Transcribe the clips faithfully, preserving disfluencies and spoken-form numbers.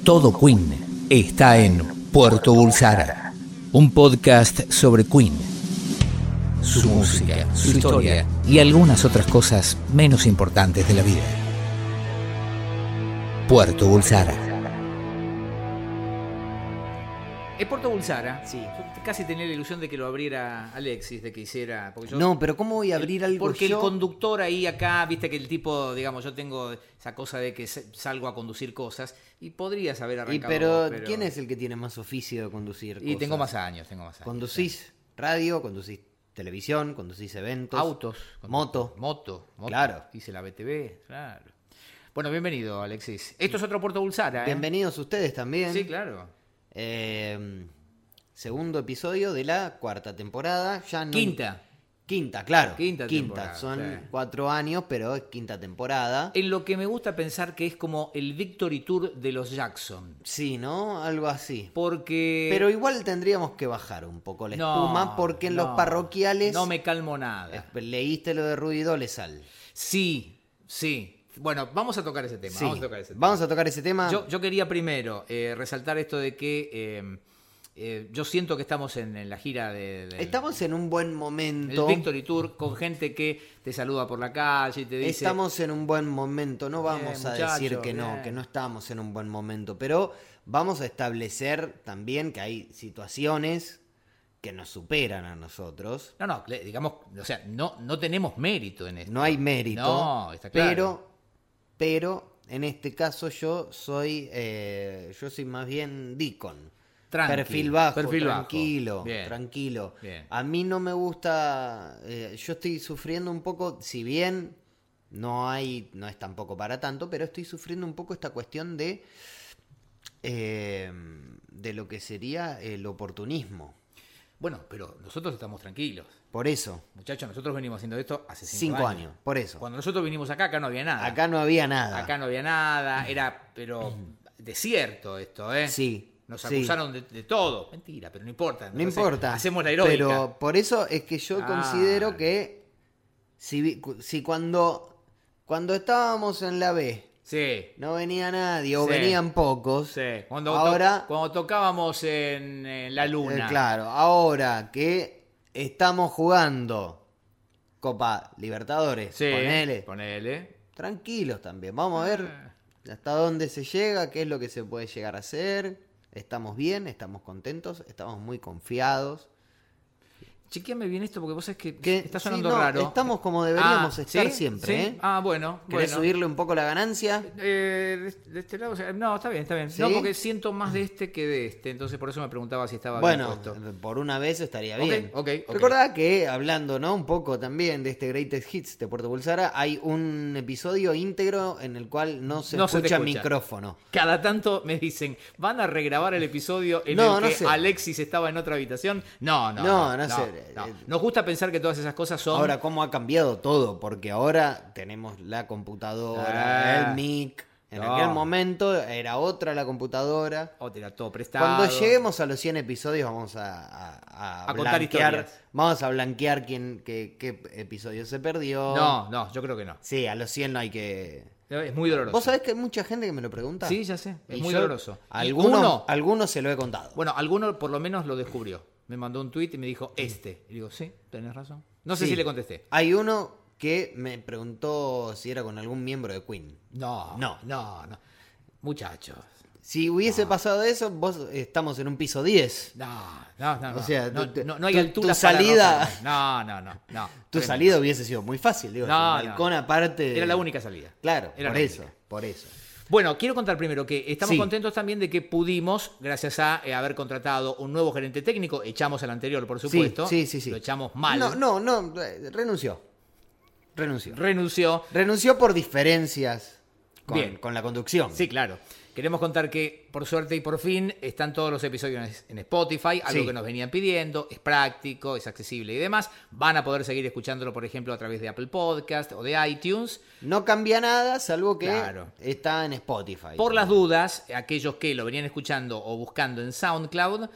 Todo Queen está en Puerto Bulsara, un podcast sobre Queen, su música, su historia y algunas otras cosas menos importantes de la vida. Puerto Bulsara. Es Puerto Bulsara. Sí. Yo casi tenía la ilusión de que lo abriera Alexis, de que hiciera. Porque yo, No, pero ¿cómo voy a abrir algo Porque yo? el conductor ahí acá, viste que el tipo, digamos, yo tengo esa cosa de que salgo a conducir cosas y podrías haber Y arrancado. pero, vos, pero ¿quién es el que tiene más oficio de conducir Y cosas? tengo más años, tengo más años. Conducís radio, conducís televisión, conducís eventos. Autos. Moto. Moto. moto. Claro. Hice la B T V, claro. Bueno, bienvenido, Alexis. Esto es otro Puerto Bulsara, ¿eh? Bienvenidos ustedes también. Sí, claro. Eh, segundo episodio de la cuarta temporada. Ya no... Quinta. Quinta, claro. Quinta temporada, Son sí. cuatro años, pero es quinta temporada. En lo que me gusta pensar que es como el Victory Tour de los Jackson. Sí, ¿no? Algo así. Porque... Pero igual tendríamos que bajar un poco la No, espuma porque en no, los parroquiales... No me calmo nada. Leíste lo de Rudy Dolezal. Sí, sí. Bueno, vamos a tocar ese tema. Sí, Vamos a tocar ese tema. vamos a tocar ese tema. Yo, yo quería primero eh, resaltar esto de que eh, eh, yo siento que estamos en, en la gira de, de- Estamos en un buen el momento. Victory Tour con gente que te saluda por la calle y te dice... Estamos en un buen momento. No vamos Bien, a decir muchacho, que no, bien. que no estamos en un buen momento. Pero vamos a establecer también que hay situaciones que nos superan a nosotros. No, no, le- digamos, o sea, no, no tenemos mérito en esto. No hay mérito. No, está claro. Pero, pero en este caso yo soy, eh, yo soy más bien Deacon. Tranqui, perfil bajo, perfil bajo. tranquilo, Bien. tranquilo. Bien. A mí no me gusta, eh, yo estoy sufriendo un poco, si bien no hay, no es tampoco para tanto, pero estoy sufriendo un poco esta cuestión de, eh, de lo que sería el oportunismo. Bueno, pero nosotros estamos tranquilos. Por eso, Muchachos, nosotros venimos haciendo esto hace cinco, cinco años, por eso. Cuando nosotros vinimos acá, acá no había nada. Acá no había nada. Acá no había nada, era, pero desierto esto, ¿eh? Sí. Nos sí. acusaron de, de todo. Mentira, pero no importa. No Entonces, importa. Hacemos la heroica. Pero por eso es que yo Ah. considero que si, vi- cu- si cuando, cuando estábamos en la B Sí, no venía nadie o Sí. venían pocos, sí. Cuando, to- ahora, cuando tocábamos en, en la luna. eh, claro, ahora que estamos jugando Copa Libertadores, Sí, ponele, ponele. tranquilos también. Vamos a ver hasta dónde se llega, qué es lo que se puede llegar a hacer. Estamos bien, estamos contentos, estamos muy confiados. Chequeame bien esto porque vos sabés que Que, está sí, sonando no, Raro. Estamos como deberíamos Ah, estar ¿sí? siempre, ¿Sí? ¿eh? Ah, bueno. ¿Querés bueno. subirle un poco la ganancia? Eh, de, de este lado, o sea, no, está bien, está bien. ¿Sí? No, porque siento más de este que de este, entonces por eso me preguntaba si estaba Bueno, bien puesto. por una vez estaría Ok, bien. ok, ok. Recordá que, hablando, ¿no? Un poco también de este Greatest Hits de Puerto Bulsara, hay un episodio íntegro en el cual no se No se te escucha escucha. micrófono. Cada tanto me dicen, ¿van a regrabar el episodio en No, el no que sé. Alexis estaba en otra habitación? No, no. No, no no, sé. no. Nos gusta pensar que todas esas cosas son... Ahora, ¿cómo ha cambiado todo? Porque ahora tenemos la computadora, Ah. el mic. En No. aquel momento era otra la computadora. Oh, te era todo prestado. Cuando lleguemos a los cien episodios vamos a, a, a A contar blanquear, historias. vamos a blanquear quién, qué, qué episodio se perdió. No, no, yo creo que no. Sí, a los cien no hay que... Es muy doloroso. ¿Vos sabés que hay mucha gente que me lo pregunta? Sí, ya sé. Es Y muy yo, doloroso. Y Algunos, uno- algunos se lo he contado. Bueno, alguno por lo menos lo descubrió. Me mandó un tuit y me dijo, este. Y digo, sí, tenés razón. No sé Sí. si le contesté. Hay uno que me preguntó si era con algún miembro de Queen. No, No. no, no. Muchachos. Si hubiese pasado eso, vos estamos en un piso diez. No, no, no. O no. sea, no, tu- no, no hay tu- altura tu para salida- rozarme. No, no, no. no. Tu Tremendo. salida hubiese sido muy fácil, digo. No, el balcón no. aparte... Era la única salida. Claro, Era por la eso, única. por eso. Bueno, quiero contar primero que estamos Sí. contentos también de que pudimos, gracias a eh, haber contratado un nuevo gerente técnico, echamos al anterior, por supuesto. Sí, sí, sí. Lo echamos mal. No, no, no, eh, renunció. Renunció. Renunció. Renunció por diferencias con, Bien. con la conducción. Sí, claro. Queremos contar que, por suerte y por fin, están todos los episodios en Spotify, algo Sí. que nos venían pidiendo, es práctico, es accesible y demás. Van a poder seguir escuchándolo, por ejemplo, a través de Apple Podcast o de iTunes. No cambia nada, salvo que Claro. está en Spotify. Por las dudas, aquellos que lo venían escuchando o buscando en SoundCloud,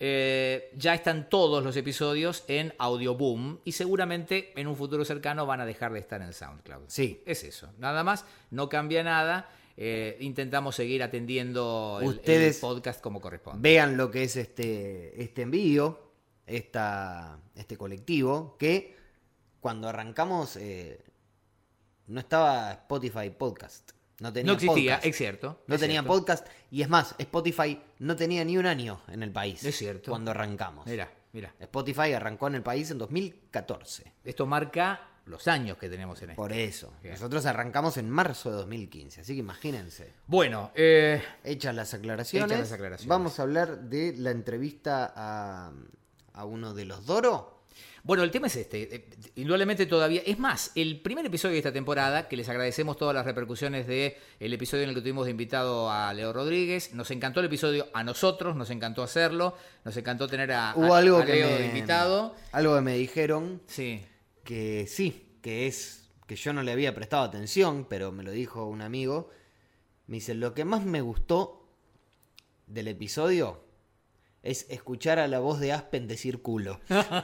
eh, ya están todos los episodios en Audioboom y seguramente en un futuro cercano van a dejar de estar en SoundCloud. Sí. Es eso, nada más, no cambia nada. eh, intentamos seguir atendiendo el, Ustedes el podcast como corresponde. Vean lo que es este, este envío, esta, este colectivo, que cuando arrancamos eh, no estaba Spotify Podcast. No tenía No existía, podcast. es cierto. No es tenía cierto. podcast. Y es más, Spotify no tenía ni un año en el país. Es cierto. Cuando arrancamos. Mira, mira. Spotify arrancó en el país en dos mil catorce. Esto marca los años que tenemos en esto. Por eso. Bien. Nosotros arrancamos en marzo de dos mil quince. Así que imagínense. Bueno, eh, Hechas las aclaraciones, Hechas las aclaraciones. vamos a hablar de la entrevista a, a uno de los Doro. Bueno, el tema es este. eh, Indudablemente todavía. Es más, el primer episodio de esta temporada, que les agradecemos todas las repercusiones del episodio en el que tuvimos de invitado a Leo Rodríguez. Nos encantó el episodio a nosotros, nos encantó hacerlo, nos encantó tener a, Hubo a- algo a que Leo me, de invitado. algo que me dijeron Sí. que sí, que es que yo no le había prestado atención, pero me lo dijo un amigo. Me dice, lo que más me gustó del episodio es escuchar a la voz de Aspen decir culo.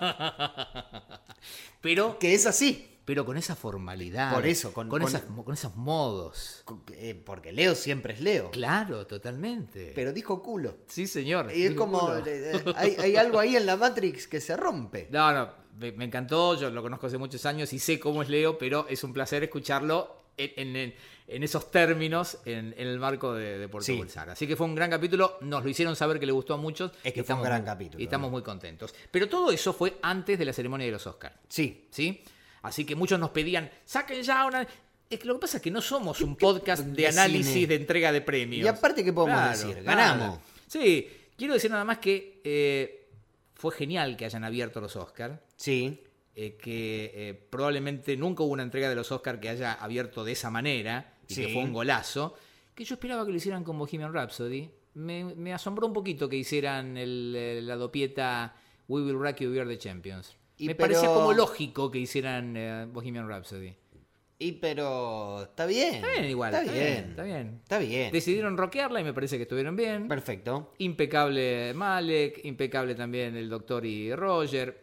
Pero, Que es así. pero con esa formalidad. Por eso, con- con, con- esas- con esos modos. Eh, Porque Leo siempre es Leo. Claro, totalmente. Pero dijo culo. Sí, señor. Y es Digo, como, culo. eh, eh, hay, hay algo ahí en la Matrix que se rompe. No, no, me, me encantó, yo lo conozco hace muchos años y sé cómo es Leo, pero es un placer escucharlo en, en- en esos términos en, en el marco de, de Puerto Sí. Bulsara. Así que fue un gran capítulo, nos lo hicieron saber que le gustó a muchos. Es que y fue un estamos gran muy- capítulo, Y estamos ¿no? muy contentos. Pero todo eso fue antes de la ceremonia de los Oscars, Sí. ¿sí? Así que muchos nos pedían, saquen ya una... Es que lo que pasa es que no somos un podcast de de análisis cine. de entrega de premios. Y aparte, ¿qué podemos Claro, decir? nada. Ganamos. Sí, quiero decir nada más que eh, fue genial que hayan abierto los Oscars. Sí. eh, que eh, probablemente nunca hubo una entrega de los Oscars que haya abierto de esa manera y Sí. que fue un golazo, que yo esperaba que lo hicieran con Bohemian Rhapsody. Me, me asombró un poquito que hicieran el, el- la dopieta We Will Rock You, We Are the Champions. Y me pero- parecía como lógico que hicieran eh, Bohemian Rhapsody. Y pero está bien. Está bien igual, Está está bien. bien, está bien. Está bien. Decidieron rockearla y me parece que estuvieron bien. Perfecto. Impecable Malek, impecable también el doctor y Roger.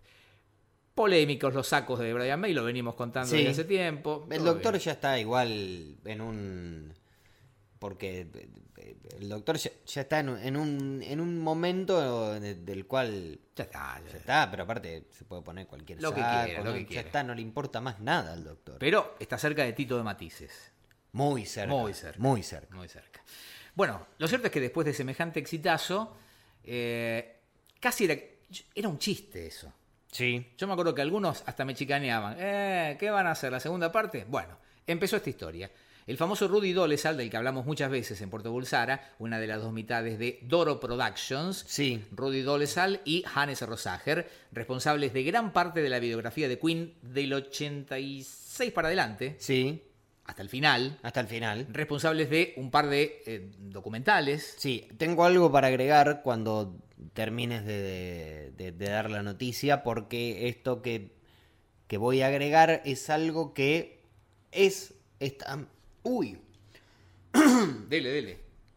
Polémicos los sacos de Brian May, lo venimos contando Sí. desde hace tiempo. El Todo doctor bien. ya está igual en un... Porque el doctor ya, ya está en un, en un, en un momento de- del cual... Ya está, ya Ya está. está, pero aparte se puede poner cualquier Lo que saco, quiera, ¿no? lo que Ya quiera. está, no le importa más nada al doctor. Pero está cerca de Tito de Matices. Muy cerca. Muy cerca. Muy cerca. Muy cerca. Bueno, lo cierto es que después de semejante exitazo, eh, casi era, era un chiste eso. Sí. Yo me acuerdo que algunos hasta me chicaneaban. Eh, ¿Qué van a hacer? ¿La segunda parte? Bueno, empezó esta historia. El famoso Rudy Dolezal, del que hablamos muchas veces en Puerto Bulsara, una de las dos mitades de Doro Productions, Sí. Rudy Dolezal y Hannes Rosager, responsables de gran parte de la biografía de Queen del ochenta y seis para adelante, Sí. hasta el final, Hasta el final. responsables de un par de eh, documentales. Sí, tengo algo para agregar cuando termines de, de- de dar la noticia, porque esto que, que voy a agregar es algo que es... Está, uy, Dele, dele.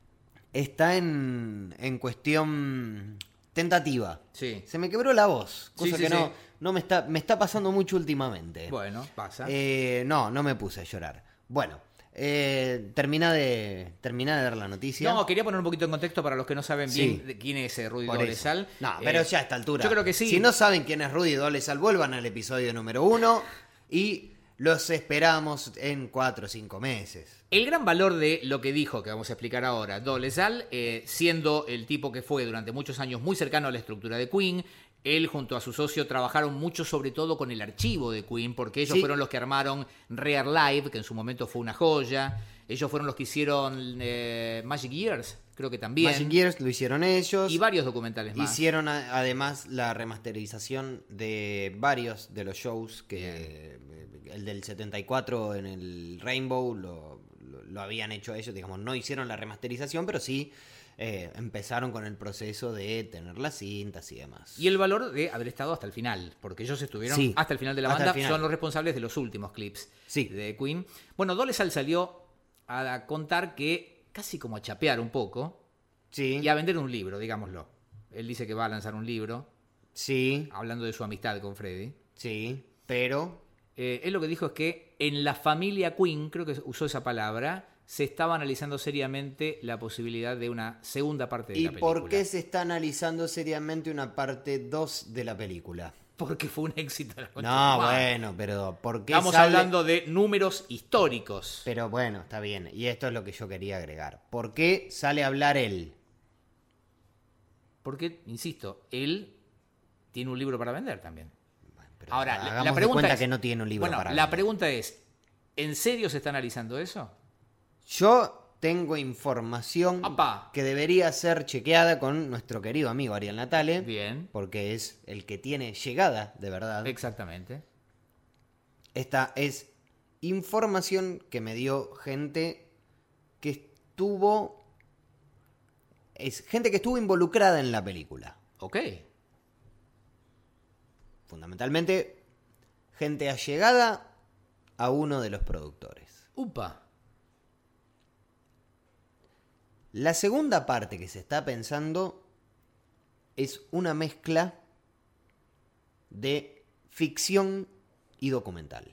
está en, en cuestión tentativa. Sí. Se me quebró la voz, Sí, cosa sí, que no, sí. no me está, me está pasando mucho últimamente. Bueno, pasa. Eh, no, no me puse a llorar. Bueno, eh, termina de termina de dar la noticia. No, quería poner un poquito en contexto para los que no saben bien Sí. de quién es eh, Rudy Por eso. Dolezal. No, Eh, pero ya a esta altura. Yo creo que sí. Si no saben quién es Rudy Dolezal, vuelvan al episodio número uno y los esperamos en cuatro o cinco meses. El gran valor de lo que dijo, que vamos a explicar ahora, Dolezal, eh, siendo el tipo que fue durante muchos años muy cercano a la estructura de Queen, él junto a su socio trabajaron mucho sobre todo con el archivo de Queen, porque ellos Sí. fueron los que armaron Rare Live, que en su momento fue una joya. Ellos fueron los que hicieron eh, Magic Years, creo que también. Magic Years lo hicieron ellos. Y varios documentales más. Hicieron a- además la remasterización de varios de los shows que el del setenta y cuatro en el Rainbow lo, lo- lo habían hecho ellos, digamos, no hicieron la remasterización, pero sí eh, empezaron con el proceso de tener las cintas y demás. Y el valor de haber estado hasta el final, porque ellos estuvieron Sí, hasta el final de la hasta banda, el final. son los responsables de los últimos clips Sí. de Queen. Bueno, Dolezal salió a contar que, casi como a chapear un poco, Sí, y a vender un libro, digámoslo. Él dice que va a lanzar un libro, sí, hablando de su amistad con Freddie. sí, pero Eh, él lo que dijo es que en la familia Queen, creo que usó esa palabra, se estaba analizando seriamente la posibilidad de una segunda parte de ¿Y la película. por qué se está analizando seriamente una parte dos de la película? Porque fue un éxito. La concha No, de tu madre. bueno, pero ¿por qué Estamos sale- hablando de números históricos. Pero bueno, está bien. Y esto es lo que yo quería agregar. ¿Por qué sale a hablar él? Porque, insisto, él tiene un libro para vender también. Pero Ahora, la- hagamos la de pregunta cuenta es, que no tiene un libro bueno, para la vender. pregunta es, ¿en serio se está analizando eso? Yo tengo información Apa. que debería ser chequeada con nuestro querido amigo Ariel Natale. Bien. Porque es el que tiene llegada, de verdad. Exactamente. Esta es información que me dio gente que estuvo... Es gente que estuvo involucrada en la película. Ok. Fundamentalmente, gente allegada a uno de los productores. Upa. La segunda parte que se está pensando es una mezcla de ficción y documental.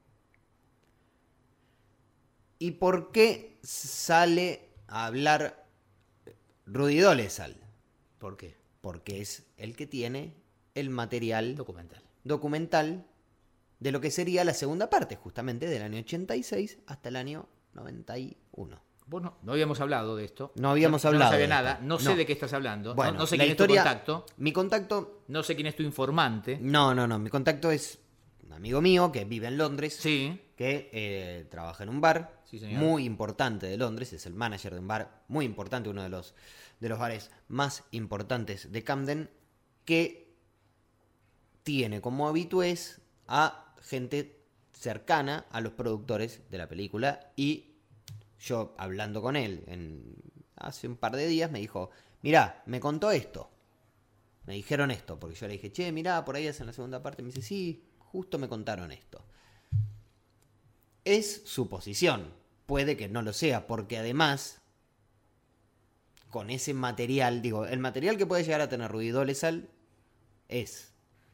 ¿Y por qué sale a hablar Rudy Dolezal? ¿Por qué? Porque es el que tiene el material Documental. documental de lo que sería la segunda parte, justamente del año ochenta y seis hasta el año noventa y uno. Bueno, no habíamos hablado de esto. No habíamos Yo hablado No sabía de esto. nada. No sé No. de qué estás hablando. Bueno, no, no sé la quién historia- es tu contacto. Mi contacto... No sé quién es tu informante. No, no, no. Mi contacto es un amigo mío que vive en Londres. Sí. Que eh, trabaja en un bar Sí, señor. muy importante de Londres. Es el manager de un bar muy importante, uno de los, de los bares más importantes de Camden. Que tiene como habitués a gente cercana a los productores de la película. Y yo, hablando con él en, hace un par de días, me dijo: mirá, me contó esto. Me dijeron esto, porque yo le dije: che, mirá, por ahí es en la segunda parte. Me dice: sí, justo me contaron esto. Es suposición. Puede que no lo sea, porque además, con ese material, digo, el material que puede llegar a tener Rudy Dolezal es...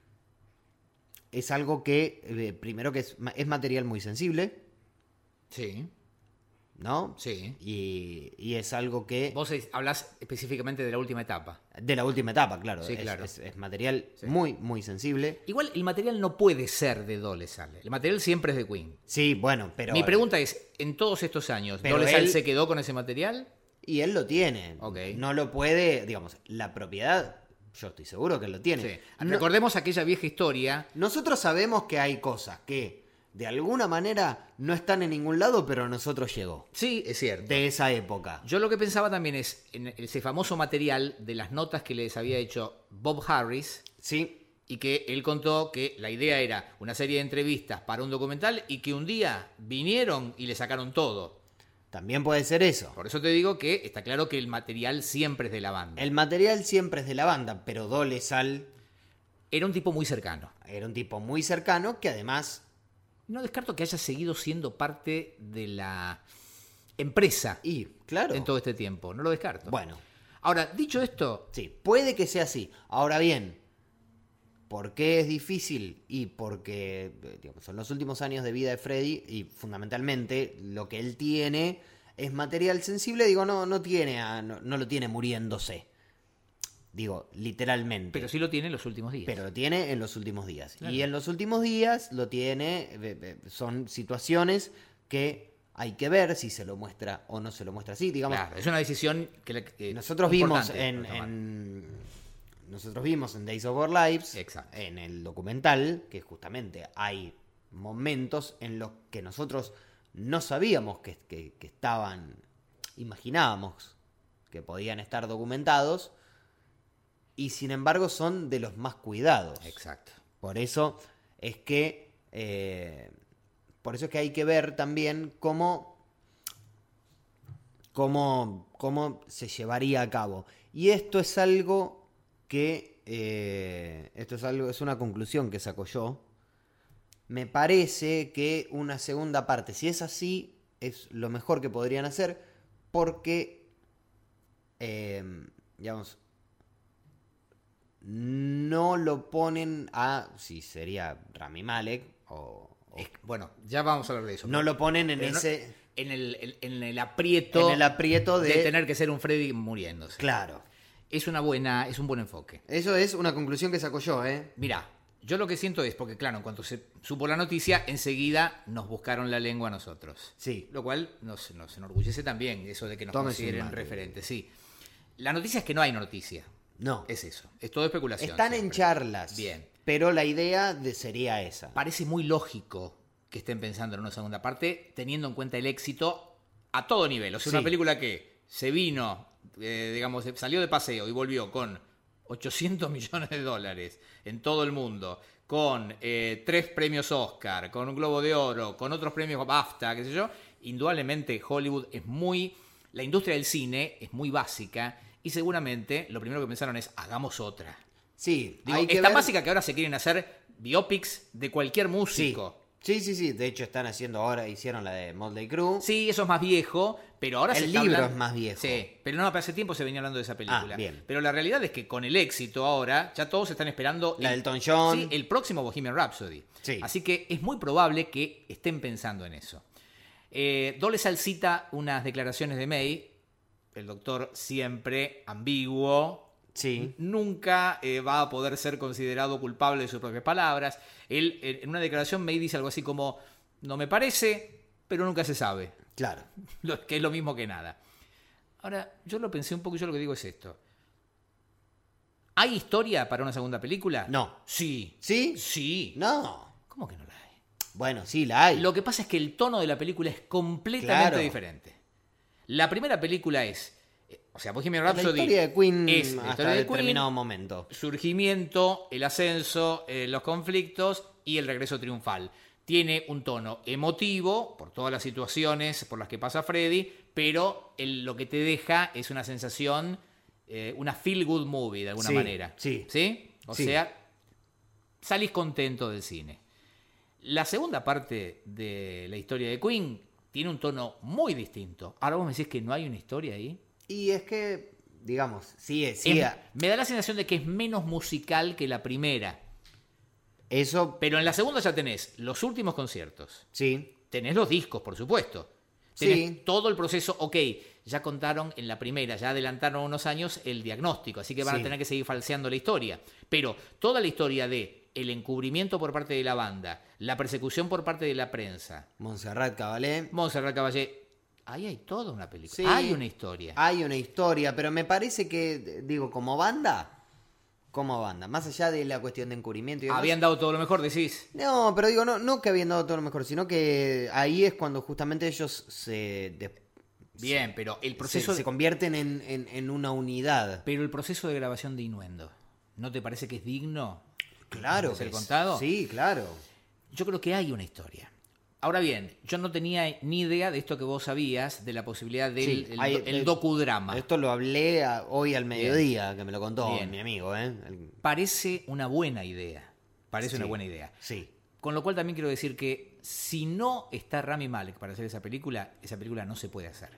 Es algo que, eh, primero que es, es material muy sensible, Sí. ¿no? Sí. Y, y es algo que... Vos es- hablás específicamente de la última etapa. De la última etapa, claro. Sí, es, claro. es- es material Sí. muy, muy sensible. Igual el material no puede ser de Dolezal. El material siempre es de Queen. Sí, bueno, pero... Mi pregunta es, en todos estos años, Pero ¿Dolezal él- se quedó con ese material? Y él lo tiene. Ok. No lo puede, digamos, la propiedad, yo estoy seguro que él lo tiene. Sí. No- Recordemos aquella vieja historia. nosotros sabemos que hay cosas que de alguna manera no están en ningún lado, pero a nosotros llegó. Sí, es cierto. De esa época. Yo lo que pensaba también es en ese famoso material de las notas que les había hecho Bob Harris Sí, y que él contó que la idea era una serie de entrevistas para un documental y que un día vinieron y le sacaron todo. también puede ser eso. Por eso te digo que está claro que el material siempre es de la banda. El material siempre es de la banda, pero Dolezal Era un tipo muy cercano. era un tipo muy cercano que además... No descarto que haya seguido siendo parte de la empresa Y, claro. en todo este tiempo. No lo descarto. Bueno, Ahora, dicho esto, sí, puede que sea así. Ahora bien, ¿por qué es difícil? Y porque, eh, digamos, son los últimos años de vida de Freddy y fundamentalmente lo que él tiene es material sensible. Digo, no, no tiene, a- no, no lo tiene muriéndose. Digo, literalmente. pero sí lo tiene en los últimos días. Pero lo tiene en los últimos días. Claro. Y en los últimos días lo tiene, eh, eh, son situaciones que hay que ver si se lo muestra o no se lo muestra así. Digamos, Claro, es una decisión que, la- que nosotros vimos importante en, para tomar. en- nosotros vimos en Days of Our Lives, Exacto. en el documental, que justamente hay momentos en los que nosotros no sabíamos que, que- que estaban, imaginábamos que podían estar documentados, y sin embargo son de los más cuidados. Exacto. Por eso es que eh, por eso es que hay que ver también cómo, cómo, cómo se llevaría a cabo. Y esto es algo que eh, esto es algo, es una conclusión que saco yo. Me parece que una segunda parte, si es así, es lo mejor que podrían hacer, porque eh, digamos, no lo ponen a, si sería Rami Malek o, Es- bueno, ya vamos a hablar de eso. No lo ponen en Pero no- ese... en, el, en- en el aprieto, En el aprieto de... de tener que ser un Freddy muriéndose. Claro. Es una buena, es un buen enfoque. Eso es una conclusión que saco yo, ¿eh? Mirá, yo lo que siento es, porque claro, en cuanto se supo la noticia, enseguida nos buscaron la lengua a nosotros. Sí. Lo cual nos, nos enorgullece también, eso de que nos Tómese un consideren mate. referentes, sí. La noticia es que no hay noticia. No. Es eso. Es todo especulación. Están en siempre. charlas. Bien. Pero la idea de, sería esa. Parece muy lógico que estén pensando en una segunda parte, teniendo en cuenta el éxito a todo nivel. O sea, Sí. una película que se vino, eh, digamos, salió de paseo y volvió con ochocientos millones de dólares en todo el mundo, con eh, tres premios Oscar, con un Globo de Oro, con otros premios BAFTA, qué sé yo. Indudablemente Hollywood es muy... La industria del cine es muy básica y seguramente lo primero que pensaron es hagamos otra. Sí, Digo, hay que es tan ver- básica que ahora se quieren hacer biopics de cualquier Sí. músico. Sí, sí, sí. De hecho, están haciendo ahora, hicieron la de Motley Crue. Sí, eso es más viejo, pero ahora El se está libro hablando- es más viejo. Sí, pero no, pero hace tiempo se venía hablando de esa película. Ah, bien. Pero la realidad es que con el éxito ahora, ya todos están esperando... La el, del Elton John. Sí, el próximo Bohemian Rhapsody. Sí. Así que es muy probable que estén pensando en eso. Eh, Dolezal cita unas declaraciones de May, el doctor siempre ambiguo, Sí. nunca eh, va a poder ser considerado culpable de sus propias palabras. Él, en una declaración, May dice algo así como, no me parece, pero nunca se sabe. Claro. Lo- que es lo mismo que nada. Ahora, yo lo pensé un poco y yo lo que digo es esto. ¿Hay historia para una segunda película? No. Sí. ¿Sí? Sí. No. ¿Cómo que no la hay? Bueno, sí, la hay. Lo que pasa es que el tono de la película es completamente Claro. diferente. La primera película es... eh, O sea, Bohemian La Rhapsody historia de Queen es la hasta historia de Queen, determinado momento. surgimiento, el ascenso, eh, los conflictos y el regreso triunfal. Tiene un tono emotivo por todas las situaciones por las que pasa Freddy, pero el- lo que te deja es una sensación, eh, una feel good movie de alguna Sí, manera. sí. ¿Sí? O Sí. sea, salís contento del cine. La segunda parte de la historia de Queen tiene un tono muy distinto. Ahora vos me decís que no hay una historia ahí. Y es que, digamos, sí, sí. Es- me da la sensación de que es menos musical que la primera. Eso, Pero en la segunda ya tenés los últimos conciertos. sí. Tenés los discos, por supuesto. Tenés Sí. todo el proceso. Ok, ya contaron en la primera, ya adelantaron unos años el diagnóstico, así que van Sí. a tener que seguir falseando la historia. Pero toda la historia de el encubrimiento por parte de la banda, la persecución por parte de la prensa, Montserrat Caballé. Montserrat Caballé, ahí hay toda una película. Sí. Hay una historia. Hay una historia, pero me parece que, digo, como banda, como banda, más allá de la cuestión de encubrimiento y demás. Habían dado todo lo mejor, decís. No, pero digo, no, no que habían dado todo lo mejor, sino que ahí es cuando justamente ellos se, de- Bien, pero el se, proceso... se convierten en, en- en una unidad. Pero el proceso de grabación de Innuendo, ¿no te parece que es digno Claro. de ser que es- contado? Sí, claro. Yo creo que hay una historia. Ahora bien, yo no tenía ni idea de esto que vos sabías, de la posibilidad del Sí, el, hay- do- el eh, docudrama. Esto lo hablé a- hoy al mediodía, que me lo contó Bien. mi amigo, ¿eh? El- Parece una buena idea. Parece Sí. una buena idea. Sí. Con lo cual también quiero decir que si no está Rami Malek para hacer esa película, esa película no se puede hacer.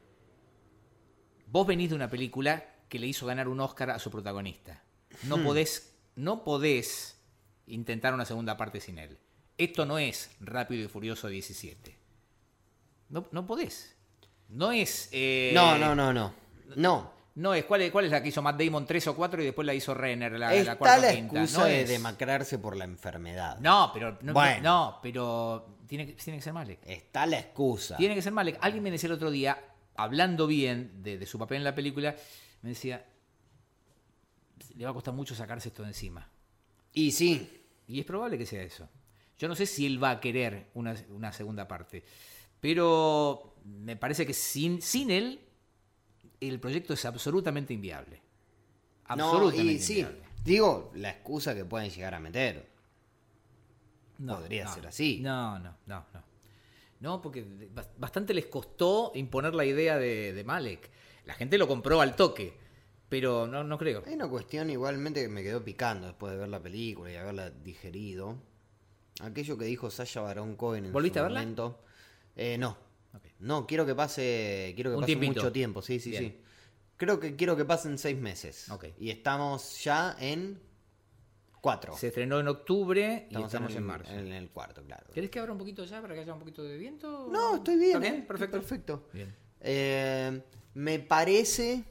Vos venís de una película que le hizo ganar un Oscar a su protagonista. No Hmm. podés, no podés intentar una segunda parte sin él. Esto no es Rápido y Furioso diecisiete. No, no podés. No es... eh, No, no, no, no. No. No es. ¿Cuál es, cuál es la que hizo Matt Damon tres o cuatro y después la hizo Renner, la, la Está cuarta la o quinta? excusa No de es. demacrarse por la enfermedad. No, pero no, Bueno. no, pero tiene que, tiene que ser Malek. Está la excusa. Tiene que ser Malek. Alguien me decía el otro día, hablando bien de, de su papel en la película, me decía, le va a costar mucho sacarse esto de encima. Y sí. Y es probable que sea eso. Yo no sé si él va a querer una, una segunda parte, pero me parece que sin, sin él el proyecto es absolutamente inviable. No, Absolutamente y sí. inviable. Digo, la excusa que pueden llegar a meter. No, Podría no, ser así. No, no, no, no. No, porque bas- bastante les costó imponer la idea de, de Malek. La gente lo compró al toque, pero no, no creo. Hay una cuestión igualmente que me quedó picando después de ver la película y haberla digerido. Aquello que dijo Sacha Baron Cohen en ¿Volviste su a verla? momento. Eh, no. Ok. No, quiero que pase, quiero que Un pase tiempito. mucho tiempo, sí, sí, Bien. sí. Creo que quiero que pasen seis meses. Ok. Y estamos ya en Cuatro. Se estrenó en octubre y Estamos, estamos en, en el, marzo. en el cuarto, claro. ¿Querés que abra un poquito ya para que haya un poquito de viento? No, estoy bien. ¿Está bien? ¿eh? Perfecto. Perfecto. Bien. Eh, me parece...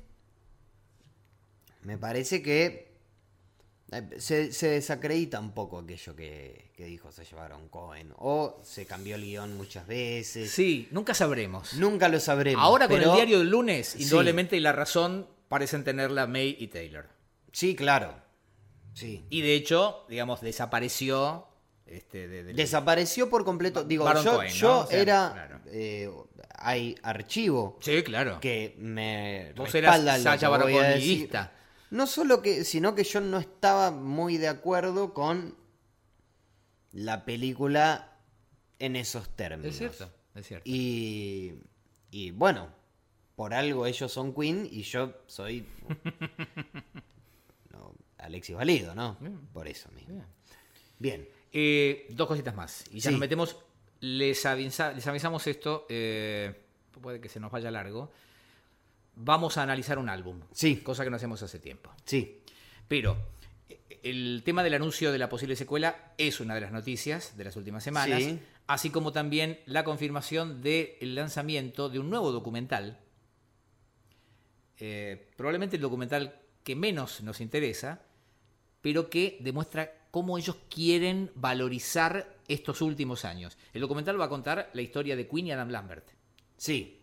Me parece que se, se desacredita un poco aquello que, que dijo se llevaron Cohen. O se cambió el guión muchas veces. Sí, nunca sabremos. Nunca lo sabremos. Ahora con pero... el diario del lunes, Sí. indudablemente y la razón parecen tenerla May y Taylor. Sí, claro. Sí. Y de hecho, digamos, desapareció... Este, de, de- Desapareció por completo. Digo, Baron yo, Cohen, ¿no? yo O sea, era... claro. eh, hay archivo Sí, claro. que me Vos respalda eras lo Sacha que voy a Baron decir. Cohenista. No solo que, sino que yo no estaba muy de acuerdo con la película en esos términos. Es cierto, es cierto. Y, y bueno, por algo ellos son Queen y yo soy no, Alexis Valido, ¿no? Por eso mismo. Bien. Bien. Eh, dos cositas más. Y ya Sí. nos metemos. Les, avisa- les avisamos esto. eh, puede que se nos vaya largo. Vamos a analizar un álbum. Sí. Cosa que no hacemos hace tiempo. Sí. Pero eh, el tema del anuncio de la posible secuela es una de las noticias de las últimas semanas. Sí. Así como también la confirmación del lanzamiento de un nuevo documental. Eh, probablemente el documental que menos nos interesa, pero que demuestra cómo ellos quieren valorizar estos últimos años. El documental va a contar la historia de Queen y Adam Lambert. Sí.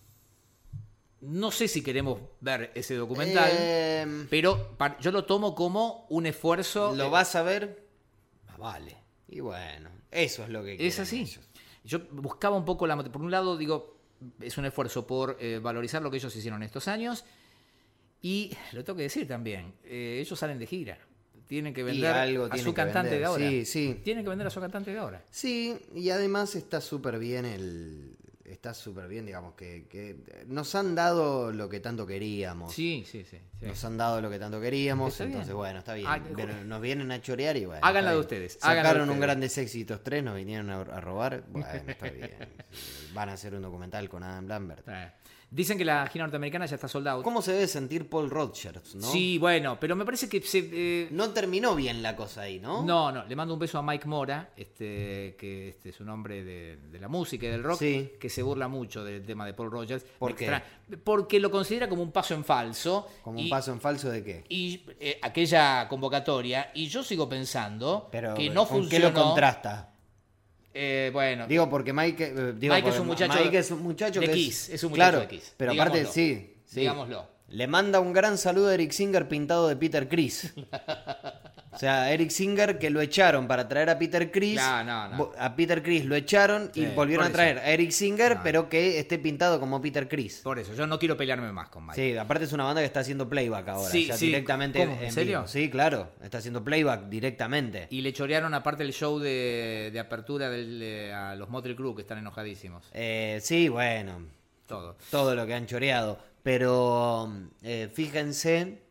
No sé si queremos ver ese documental, Eh, pero pa- yo lo tomo como un esfuerzo. ¿Lo eh, vas a ver? ah, vale. Y bueno, eso es lo que Es quieren así. ellos. Yo buscaba un poco la... mot- Por un lado, digo, es un esfuerzo por eh, valorizar lo que ellos hicieron estos años. Y lo tengo que decir también, eh, ellos salen de gira. Tienen que Y vender algo a tienen su que cantante vender. de ahora. Sí, sí. Tienen que vender a su cantante de ahora. Sí, y además está súper bien el... Está súper bien, digamos, que, que nos han dado lo que tanto queríamos. Sí, sí, sí. sí. Nos han dado lo que tanto queríamos, Está bien. entonces bueno, está bien. Ah, Pero nos vienen a chorear y bueno. Háganla está de bien. ustedes, háganla de Sacaron un ustedes. Grandes Éxitos tres, nos vinieron a, a robar. Bueno, está bien. Sí, van a hacer un documental con Adam Lambert. Eh. Dicen que la gira norteamericana ya está sold out. ¿Cómo se debe sentir Paul Rodgers, no? Sí, bueno, pero me parece que se... eh, No terminó bien la cosa ahí, ¿no? No, no, le mando un beso a Mike Mora, este, que este es un hombre de, de la música y del rock, Sí. que se burla mucho del tema de Paul Rogers. ¿Por Me qué? extra- Porque lo considera como un paso en falso. Como y, un paso en falso de qué. Y eh, aquella convocatoria, y yo sigo pensando Pero que no ¿con funcionó. qué lo contrasta? Eh, bueno, Digo, porque Mike, eh, digo, Mike es porque un muchacho Mike es un muchacho de que Kiss, es, es un muchacho claro, de Kiss. pero aparte Digámoslo. sí, sí. Digámoslo. Le manda un gran saludo a Eric Singer pintado de Peter Criss. O sea, Eric Singer que lo echaron para traer a Peter Criss. No, no, no. vo- A Peter Criss lo echaron y Sí, volvieron por a traer eso. a Eric Singer, No. pero que esté pintado como Peter Criss. Por eso, yo no quiero pelearme más con Mike. Sí, aparte es una banda que está haciendo playback ahora, Sí, ya sí. directamente ¿Cómo? ¿En serio? vivo. Sí, claro, está haciendo playback directamente. Y le chorearon aparte el show de, de apertura del, eh, a los Motley Crue, que están enojadísimos. Eh, sí, bueno, Todo. todo lo que han choreado. Pero eh, fíjense,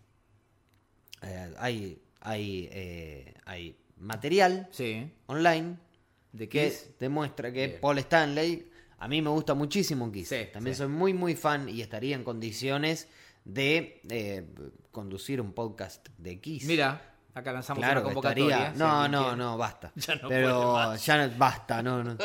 eh, hay, hay, eh, hay material Sí. online ¿De que Kiss? demuestra que Bien. Paul Stanley, a mí me gusta muchísimo Kiss. Sí, También sí. soy muy, muy fan y estaría en condiciones de eh, conducir un podcast de Kiss. Mira, acá lanzamos Claro, una que convocatoria. estaría... si No, alguien no, quiere. no, basta. Ya no pero puede más. ya no, basta, no, no.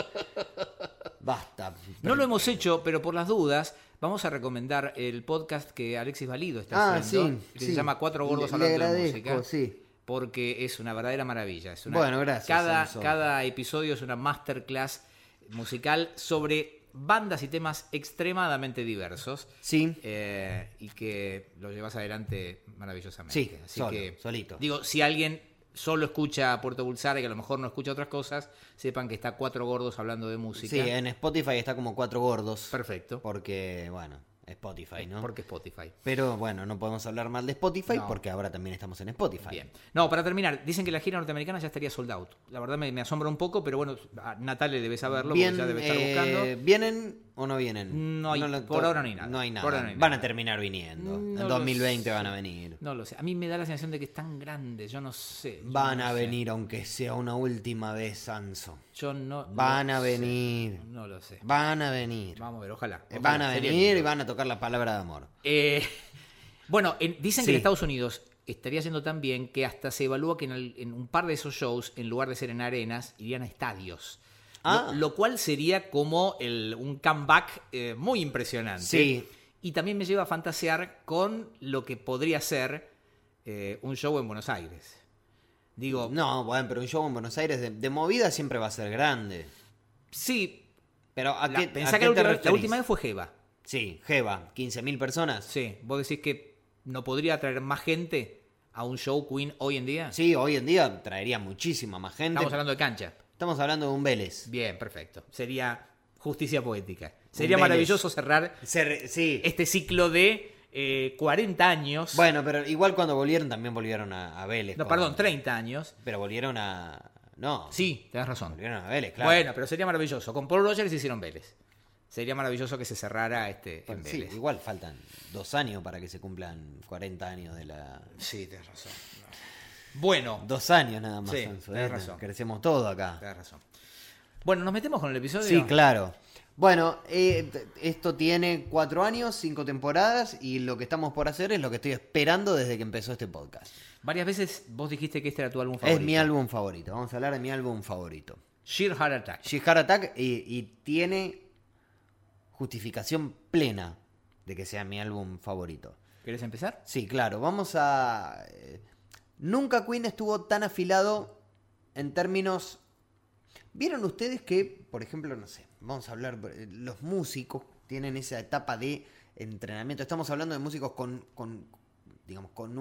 Basta. No lo hemos hecho, pero por las dudas, vamos a recomendar el podcast que Alexis Valido está Ah, haciendo, sí, que sí. se llama Cuatro Gordos Le- Hablando le de agradezco, Música. sí. Porque es una verdadera maravilla. Es una- Bueno, gracias, Cada, Enzo. cada episodio es una masterclass musical sobre bandas y temas extremadamente diversos. Sí. eh, y que lo llevas adelante maravillosamente. Sí, Así solo, que, solito. Digo, si alguien solo escucha Puerto Bulsara y que a lo mejor no escucha otras cosas, sepan que está Cuatro Gordos Hablando de Música. Sí, en Spotify está como Cuatro Gordos. Perfecto. Porque, bueno, Spotify, ¿no? Porque Spotify. Pero bueno, no podemos hablar mal de Spotify No. porque ahora también estamos en Spotify. Bien. No, para terminar, dicen que la gira norteamericana ya estaría sold out. La verdad me, me asombra un poco, pero bueno, a Natalia debe saberlo Bien, porque ya debe estar eh, buscando. ¿Vienen o no vienen? No hay- lo- por ahora no hay nada. No hay nada. Por ahora no hay Van nada. a terminar viniendo. No en lo dos mil veinte sé. van a venir. No lo sé. A mí me da la sensación de que es tan grande. Yo no sé. yo Van no a sé. venir aunque sea una última vez, Sanso. Yo no. Van lo a sé. venir. No lo sé. Van a venir. Vamos a ver, ojalá. Eh, ojalá, Van a sería venir y lindo. van a tocar la palabra de amor. Eh, bueno, en- dicen que Sí. en Estados Unidos estaría yendo tan bien que hasta se evalúa que en, el, en un par de esos shows, en lugar de ser en arenas, irían a estadios. Ah. Lo, lo cual sería como el, un comeback eh, muy impresionante. Sí. Y también me lleva a fantasear con lo que podría ser eh, un show en Buenos Aires. Digo, No, bueno, pero un show en Buenos Aires de, de movida siempre va a ser grande. sí, Pero ¿a la, qué, pensá a que qué la te última, la referís? última vez fue Jeva. Sí, Jeva, quince mil personas. Sí, vos decís que no podría traer más gente a un show Queen hoy en día. Sí, hoy en día traería muchísima más gente. Estamos hablando de cancha. Estamos hablando de un Vélez. Bien, perfecto. Sería justicia poética. Sería Vélez. maravilloso cerrar Se- sí. este ciclo de eh, cuarenta años. Bueno, pero igual cuando volvieron también volvieron a, a Vélez. no, con- perdón, treinta años. Pero volvieron a... No. Sí, tenés razón. Volvieron a Vélez, claro. Bueno, pero sería maravilloso. Con Paul Rogers hicieron Vélez. Sería maravilloso que se cerrara este en Sí, Vélez. igual faltan dos años para que se cumplan cuarenta años de la... Sí, tenés razón. Bueno, Dos años nada más. Sí, Enzo, tenés ¿eh? razón. Crecemos todo acá. tenés razón. Bueno, ¿nos metemos con el episodio? Sí, claro. Bueno, eh, t- esto tiene cuatro años, cinco temporadas y lo que estamos por hacer es lo que estoy esperando desde que empezó este podcast. Varias veces vos dijiste que este era tu álbum favorito. Es mi álbum favorito. Vamos a hablar de mi álbum favorito. Sheer Heart Attack. Sheer Heart Attack y, y tiene justificación plena de que sea mi álbum favorito. ¿Querés empezar? Sí, claro. Vamos a... eh, nunca Queen estuvo tan afilado en términos... ¿Vieron ustedes que, por ejemplo, no sé, vamos a hablar, eh, los músicos tienen esa etapa de entrenamiento? Estamos hablando de músicos con, con digamos, con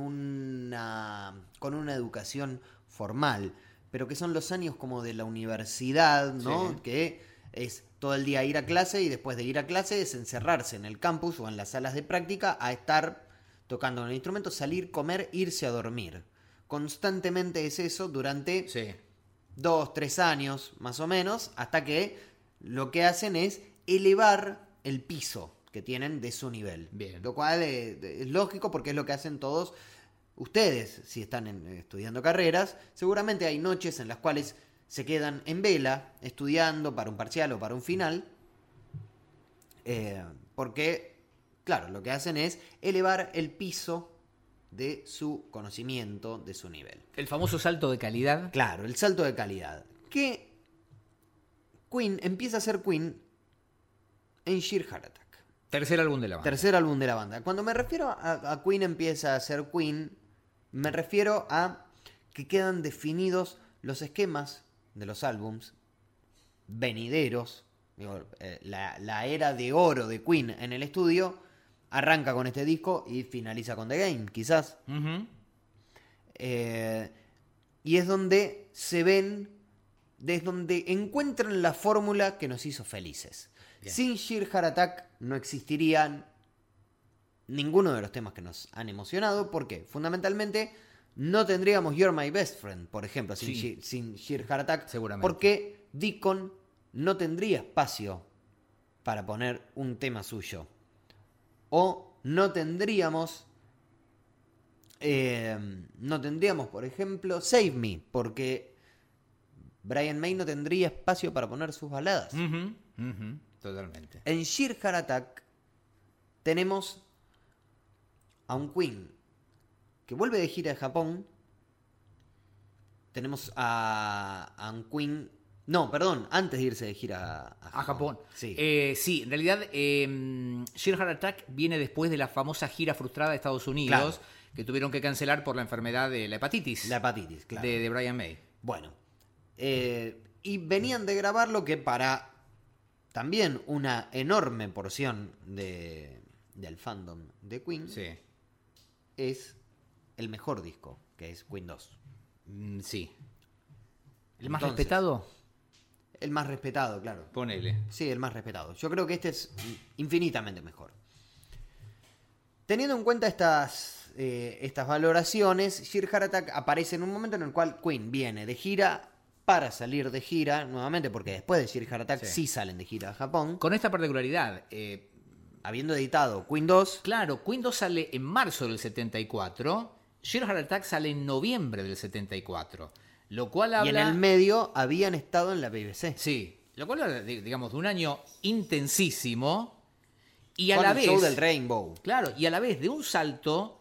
una, con una educación formal, pero que son los años como de la universidad, ¿no? Sí. Que es todo el día ir a clase y después de ir a clase es encerrarse en el campus o en las salas de práctica a estar tocando un instrumento, salir, comer, irse a dormir. Constantemente es eso durante Sí. dos, tres años más o menos, hasta que lo que hacen es elevar el piso que tienen de su nivel. Bien. Lo cual eh, es lógico porque es lo que hacen todos ustedes, si están en- estudiando carreras. Seguramente hay noches en las cuales se quedan en vela estudiando para un parcial o para un final, eh, porque, claro, lo que hacen es elevar el piso de su conocimiento, de su nivel. El famoso salto de calidad. Claro, el salto de calidad. Que Queen empieza a ser Queen en Sheer Heart Attack. Tercer álbum de la banda. Tercer álbum de la banda. Cuando me refiero a, a Queen empieza a ser Queen, me refiero a que quedan definidos los esquemas de los álbums venideros. Digo, eh, la, la era de oro de Queen en el estudio arranca con este disco y finaliza con The Game, quizás. Ujú. Eh, y es donde se ven, es donde encuentran la fórmula que nos hizo felices. Bien. Sin Sheer Heart Attack no existirían ninguno de los temas que nos han emocionado. ¿Por qué? Fundamentalmente no tendríamos You're My Best Friend, por ejemplo, sin, Sí. Sheer, sin Sheer Heart Attack. Seguramente. Porque Deacon no tendría espacio para poner un tema suyo. O no tendríamos... Eh, no tendríamos, por ejemplo, Save Me, porque Brian May no tendría espacio para poner sus baladas. Ujú, ujú, totalmente. En Sheer Heart Attack tenemos a un Queen que vuelve de gira a Japón. Tenemos a, a un Queen... No, perdón, antes de irse de gira a, a Japón. A Japón. Sí. Eh, sí, en realidad, eh, Sheer Heart Attack viene después de la famosa gira frustrada de Estados Unidos, Claro. que tuvieron que cancelar por la enfermedad de la hepatitis La hepatitis, claro. de, de Brian May. Bueno, eh, y venían de grabarlo que para también una enorme porción de, del fandom de Queen Sí. es el mejor disco, que es Queen dos. Mm, sí. ¿El más Entonces, respetado? El más respetado, claro. Ponele. Sí, el más respetado. Yo creo que este es infinitamente mejor. Teniendo en cuenta estas, eh, estas valoraciones, Sheer Heart Attack aparece en un momento en el cual Queen viene de gira para salir de gira nuevamente, porque después de Sheer Heart Attack Sí. sí salen de gira a Japón. Con esta particularidad, eh, Habiendo editado Queen dos, claro, Queen dos sale en marzo del setenta y cuatro, Sheer Heart Attack sale en noviembre del setenta y cuatro, lo cual habla... y en el medio habían estado en la B B C. Sí, lo cual habla, de- digamos, de un año intensísimo y a Con la el vez... show del Rainbow. Claro, y a la vez de un salto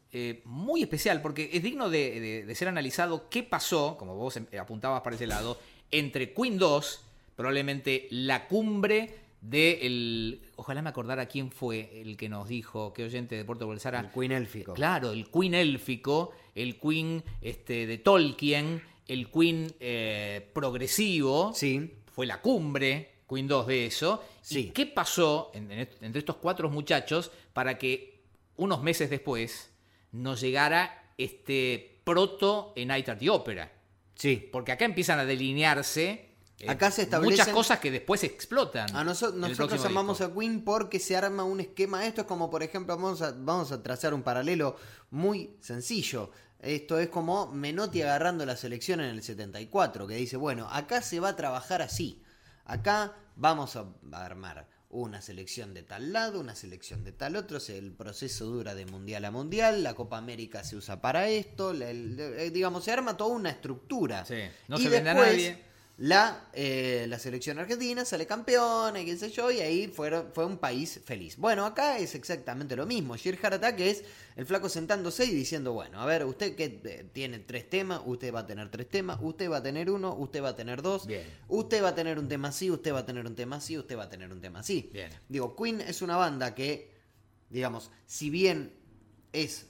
eh, muy especial, porque es digno de, de, de ser analizado qué pasó, como vos apuntabas para ese lado, entre Queen dos, probablemente la cumbre de el, ojalá me acordara quién fue el que nos dijo, qué oyente de Puerto Bolsara. El Queen élfico. Claro, el Queen élfico, el Queen este, de Tolkien, el Queen eh, progresivo. Sí. Fue la cumbre, Queen dos de eso. Sí. ¿Y qué pasó en, en, entre estos cuatro muchachos para que unos meses después nos llegara este proto A Night at the Opera? Sí. Porque acá empiezan a delinearse eh, Acá se establecen muchas cosas que después explotan. A noso nosotros amamos disco. a Queen porque se arma un esquema. Esto es como, por ejemplo, vamos a, vamos a trazar un paralelo muy sencillo. Esto es como Menotti agarrando la selección en el setenta y cuatro, que dice, bueno, acá se va a trabajar así. Acá vamos a armar una selección de tal lado, una selección de tal otro. El proceso dura de mundial a mundial. La Copa América se usa para esto. El, el, digamos, se arma toda una estructura. Sí, no y se vende a después, nadie. La, eh, la selección argentina sale campeona y qué sé yo, y ahí fue, fue un país feliz. Bueno, acá es exactamente lo mismo. Sheer Heart Attack es el flaco sentándose y diciendo, bueno, a ver, usted que eh, tiene tres temas, usted va a tener tres temas, usted va a tener uno, usted va a tener dos, Bien. Usted va a tener un tema así, usted va a tener un tema así, usted va a tener un tema así. Bien. Digo, Queen es una banda que, digamos, si bien es...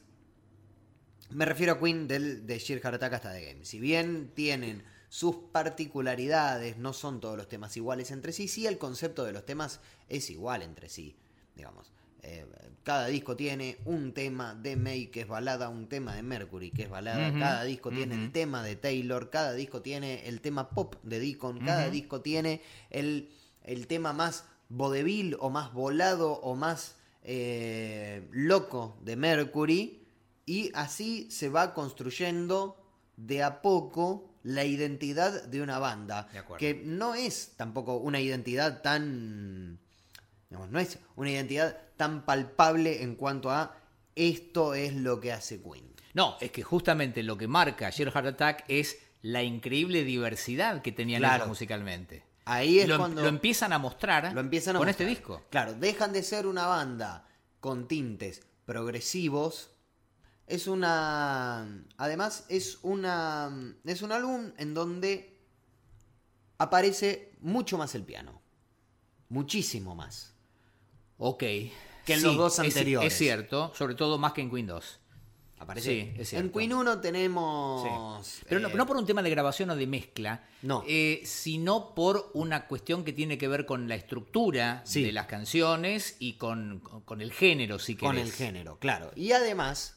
Me refiero a Queen del, de Sheer Heart Attack hasta The Game. Si bien tienen sus particularidades, no son todos los temas iguales entre sí, sí el concepto de los temas es igual entre sí, digamos. Eh, cada disco tiene un tema de May que es balada, un tema de Mercury que es balada, uh-huh, cada disco uh-huh. tiene el tema de Taylor, cada disco tiene el tema pop de Deacon, uh-huh. cada disco tiene el, el tema más vodevil o más volado o más eh, loco de Mercury, y así se va construyendo de a poco la identidad de una banda, que no es tampoco una identidad tan, digamos, no es una identidad tan palpable en cuanto a esto es lo que hace Queen. No, es que justamente lo que marca Sheer Heart Attack es la increíble diversidad que tenían claro. ellos musicalmente. Ahí es lo, cuando lo empiezan a mostrar lo empiezan a con mostrar. Este disco. Claro, dejan de ser una banda con tintes progresivos. Es una... Además, es una es un álbum en donde aparece mucho más el piano. Muchísimo más. Ok. Que en sí, los dos es, anteriores. Es cierto, sobre todo más que en Queen dos. Aparece. Sí, es cierto. En Queen uno tenemos... Sí. Pero eh... no, no por un tema de grabación o de mezcla, no. eh, sino por una cuestión que tiene que ver con la estructura sí. de las canciones y con, con, con el género, si querés. Con el género, claro. Y además...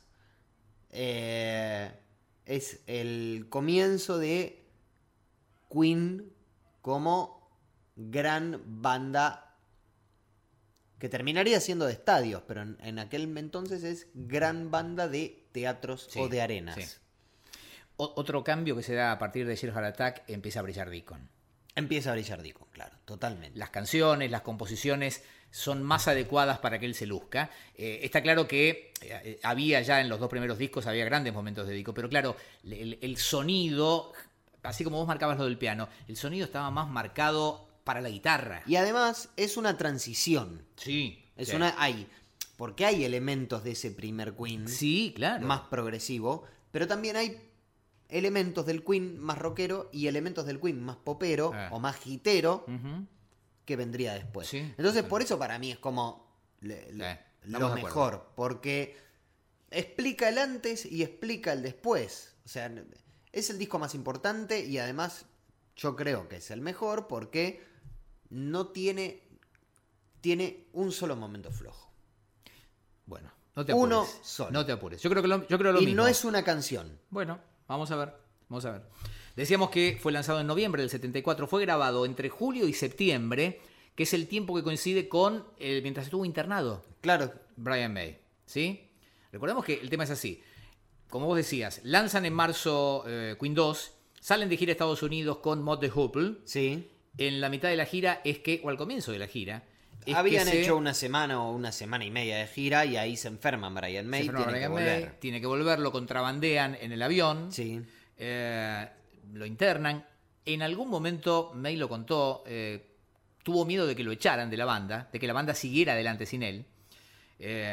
Eh, es el comienzo de Queen como gran banda que terminaría siendo de estadios, pero en, en aquel entonces es gran banda de teatros sí, o de arenas. Sí. O, otro cambio que se da a partir de Sheer Heart Attack, empieza a brillar Deacon. Empieza a brillar Deacon, claro, totalmente. Las canciones, las composiciones son más adecuadas para que él se luzca. Eh, está claro que eh, había ya en los dos primeros discos, había grandes momentos de Deacon, pero claro, el, el sonido, así como vos marcabas lo del piano, el sonido estaba más marcado para la guitarra. Y además es una transición. Sí. Es sí. una... Hay, porque hay elementos de ese primer Queen. Sí, claro. Más progresivo, pero también hay elementos del Queen más rockero y elementos del Queen más popero ah. o más hitero uh-huh. que vendría después. Sí, Entonces, sí. por eso para mí es como le, le, eh, lo mejor, porque explica el antes y explica el después. O sea, es el disco más importante y además yo creo que es el mejor porque no tiene, tiene un solo momento flojo. Bueno, no te apures. Uno solo. No te apures. Yo creo que lo, yo creo lo y mismo. no es una canción. Bueno, vamos a ver. Vamos a ver. Decíamos que fue lanzado en noviembre del setenta y cuatro. Fue grabado entre julio y septiembre, que es el tiempo que coincide con el, mientras estuvo internado. Claro. Brian May. ¿Sí? Recordemos que el tema es así. Como vos decías, lanzan en marzo eh, Queen dos, salen de gira a Estados Unidos con Mott the Hoople. Sí. En la mitad de la gira es que, o al comienzo de la gira, es habían que hecho se... una semana o una semana y media de gira y ahí se enferman Brian May. Se enferma tiene Brian que May, volver. Tiene que volver, lo contrabandean en el avión. Sí. Eh, lo internan. En algún momento, May lo contó, eh, tuvo miedo de que lo echaran de la banda, de que la banda siguiera adelante sin él. Eh,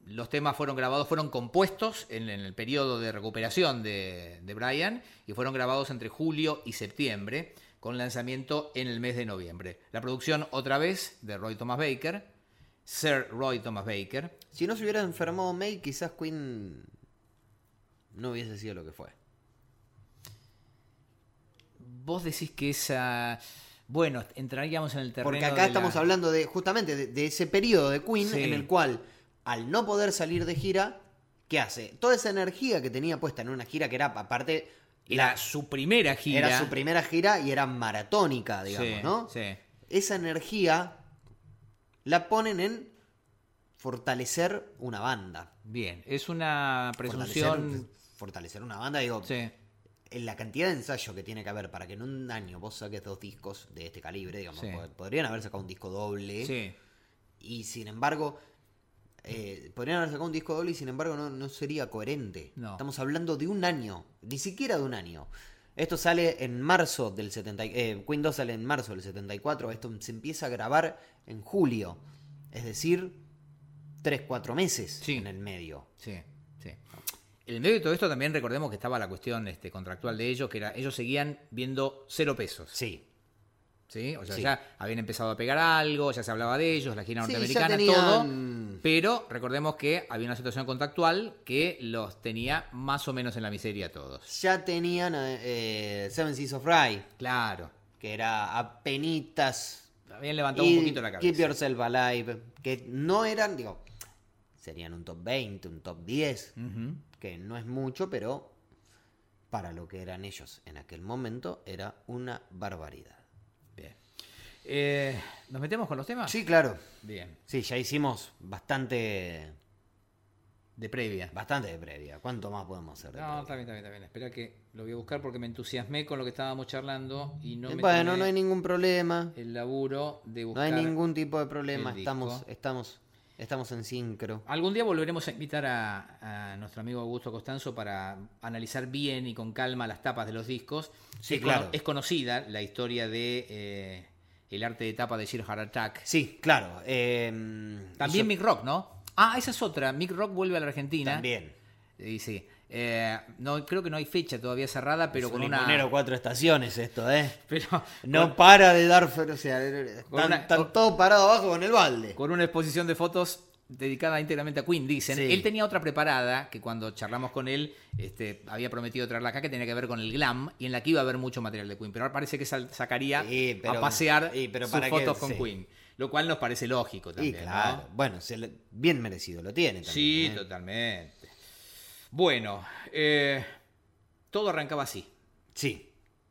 los temas fueron grabados, fueron compuestos en, en el periodo de recuperación de, de Brian y fueron grabados entre julio y septiembre, con lanzamiento en el mes de noviembre. La producción, otra vez, de Roy Thomas Baker, Sir Roy Thomas Baker. Si no se hubiera enfermado May, quizás Queen no hubiese sido lo que fue. Vos decís que esa... Bueno, entraríamos en el terreno. Porque acá de estamos la... hablando de justamente de, de ese periodo de Queen Sí. en el cual, al no poder salir de gira, ¿qué hace? Toda esa energía que tenía puesta en una gira que era, aparte... Era la- su primera gira. Era su primera gira y era maratónica, digamos, Sí, ¿no? sí. Esa energía la ponen en fortalecer una banda. Bien, es una presunción... Fortalecer, fortalecer una banda, digo, Sí. en la cantidad de ensayo que tiene que haber para que en un año vos saques dos discos de este calibre, digamos, Sí. pod- podrían haber sacado un disco doble Sí. y sin embargo, eh, podrían haber sacado un disco doble y sin embargo no, no sería coherente. No. Estamos hablando de un año, ni siquiera de un año. Esto sale en marzo del setenta, eh, Queen dos sale en marzo del setenta y cuatro, esto se empieza a grabar en julio, es decir, tres cuatro meses Sí. en el medio. Sí, sí. En el medio de todo esto también recordemos que estaba la cuestión este, contractual de ellos, que era, ellos seguían viendo cero pesos. Sí. ¿Sí? O sea, Sí. ya habían empezado a pegar algo, ya se hablaba de ellos, la gira Sí, ya norteamericana, tenían- todo. Pero recordemos que había una situación contractual que los tenía más o menos en la miseria a todos. Ya tenían eh, Seven Seas of Rhye, Claro. que era apenitas. Habían levantado y un poquito la Keep cabeza. Yourself Alive, que no eran, digo, serían un top veinte, un top diez, Ujú. que no es mucho, pero para lo que eran ellos en aquel momento era una barbaridad. Bien. Eh, ¿Nos metemos con los temas? Sí, claro. Bien. Sí, ya hicimos bastante De previa. bastante de previa. ¿Cuánto más podemos hacer de No, previa? está bien, está bien, está bien. Espera que lo voy a buscar porque me entusiasmé con lo que estábamos charlando y no me bueno, tomé no hay ningún problema. el laburo de No buscar. hay ningún tipo de problema. el Estamos, disco. estamos, estamos en sincro. Algún día volveremos a invitar a, a nuestro amigo Augusto Costanzo para analizar bien y con calma las tapas de los discos. Sí, es, claro. cono- es conocida la historia de eh, el arte de tapa de Sir Heart Attack. Sí, claro. eh, También yo- Mick Rock, ¿no? Ah, esa es otra. Mick Rock vuelve a la Argentina. También. Y sí. Eh, no, creo que no hay fecha todavía cerrada, pero Es con un una. limonero cuatro estaciones esto, ¿eh? Pero No con, para de dar... fe- O sea, Con están, una- están con- todos parados abajo con el balde. con una exposición de fotos dedicada íntegramente a Queen, dicen. Sí. Él tenía otra preparada, que cuando charlamos con él, este, había prometido traerla acá, que tenía que ver con el glam, y en la que iba a haber mucho material de Queen. Pero ahora parece que sal- sacaría Sí, pero- a pasear sí, pero sus para qué, fotos con sí. Queen. Lo cual nos parece lógico Y también, claro, ¿no? bueno, se le- bien merecido lo tiene también. Sí, ¿eh? totalmente. Bueno, eh, todo arrancaba así. Sí.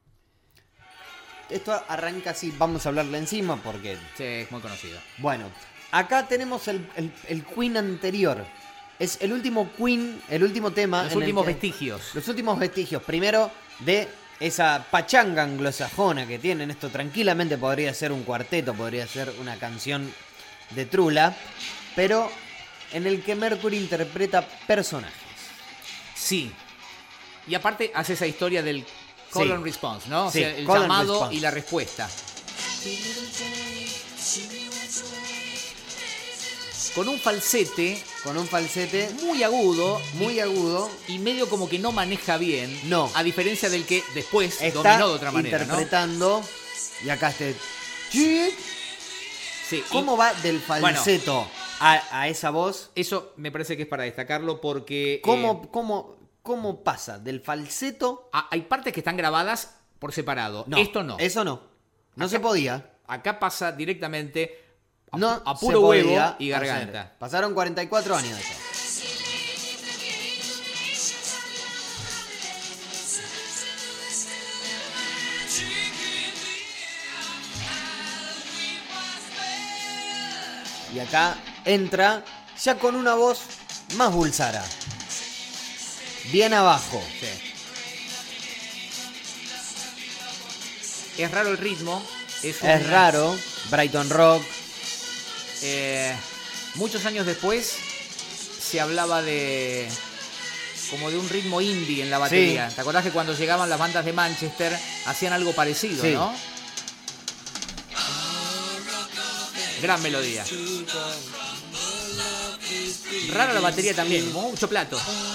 Esto arranca así, vamos a hablarle encima porque... Sí, es muy conocido. Bueno, acá tenemos el, el- el Queen anterior. Es el último Queen, el último tema. Los en el últimos que- vestigios. Los últimos vestigios. Primero de esa pachanga anglosajona que tienen. Esto tranquilamente podría ser un cuarteto, podría ser una canción de Trula. Pero en el que Mercury interpreta personajes. Sí. Y aparte hace esa historia del call Sí. and response, ¿no? O Sí, sea, el call and llamado response. y la respuesta. Con un falsete Con un falsete muy agudo, muy agudo. y medio como que no maneja bien. No. A diferencia del que después Está dominó de otra manera, ¿no? interpretando. Y acá este... ¿Sí? Sí. y ¿Cómo va del falseto a, a esa voz? Eso me parece que es para destacarlo porque... ¿Cómo, eh, cómo, ¿Cómo pasa del falseto? a- hay partes que están grabadas por separado. No, Esto no. Eso no. No se podía. Acá pasa directamente a, No a se puro podía huevo y hacer. garganta. Pasaron cuarenta y cuatro años de eso. Y acá entra ya con una voz más bulsara. Bien abajo. Sí. Es raro el ritmo. Es, Es una- raro. Brighton Rock. eh, muchos años después se hablaba de como de un ritmo indie en la batería. ¿Te acordás que cuando llegaban las bandas de Manchester hacían algo parecido, Sí. no? Gran melodía. Rara la batería también, mucho plato.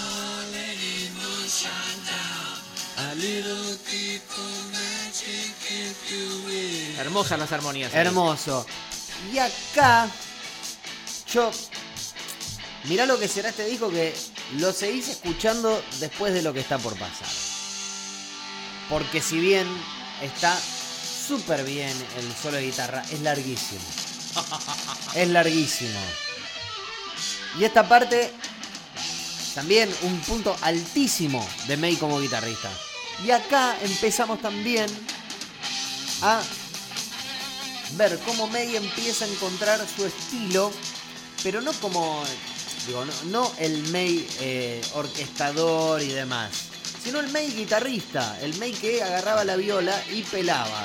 Hermosas las armonías. Ahí. Hermoso. Y acá, yo... Mirá lo que será este disco, que lo seguís escuchando después de lo que está por pasar. Porque si bien está súper bien el solo de guitarra, es larguísimo. Es larguísimo. Y esta parte, también un punto altísimo de May como guitarrista. Y acá empezamos también a ver cómo May empieza a encontrar su estilo, pero no como... Digo, no, no el May eh, orquestador y demás, sino el May guitarrista, el May que agarraba la viola y pelaba.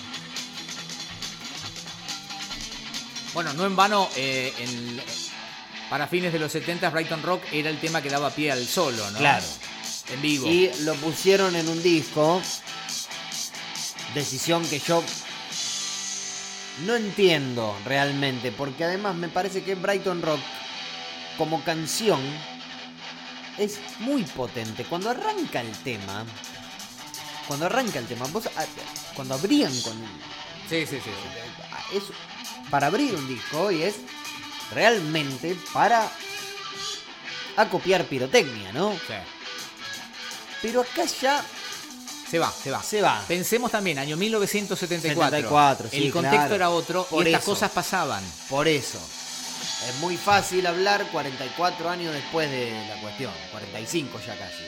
Bueno, no en vano, eh, en, para fines de los setenta, Brighton Rock era el tema que daba pie al solo, ¿no? Claro. En vivo. Y lo pusieron en un disco, decisión que yo no entiendo realmente, porque además me parece que Brighton Rock como canción es muy potente. Cuando arranca el tema, cuando arranca el tema, vos cuando abrían con sí, sí, sí, sí. es para abrir un disco y es realmente para acopiar pirotecnia, ¿no? Sí. Pero acá ya se va, se va. Se va. Pensemos también, año mil novecientos setenta y cuatro. setenta y cuatro, sí, el contexto claro. era otro Por y estas eso. cosas pasaban. Por eso. Es muy fácil hablar cuarenta y cuatro años después de la cuestión. cuarenta y cinco ya casi.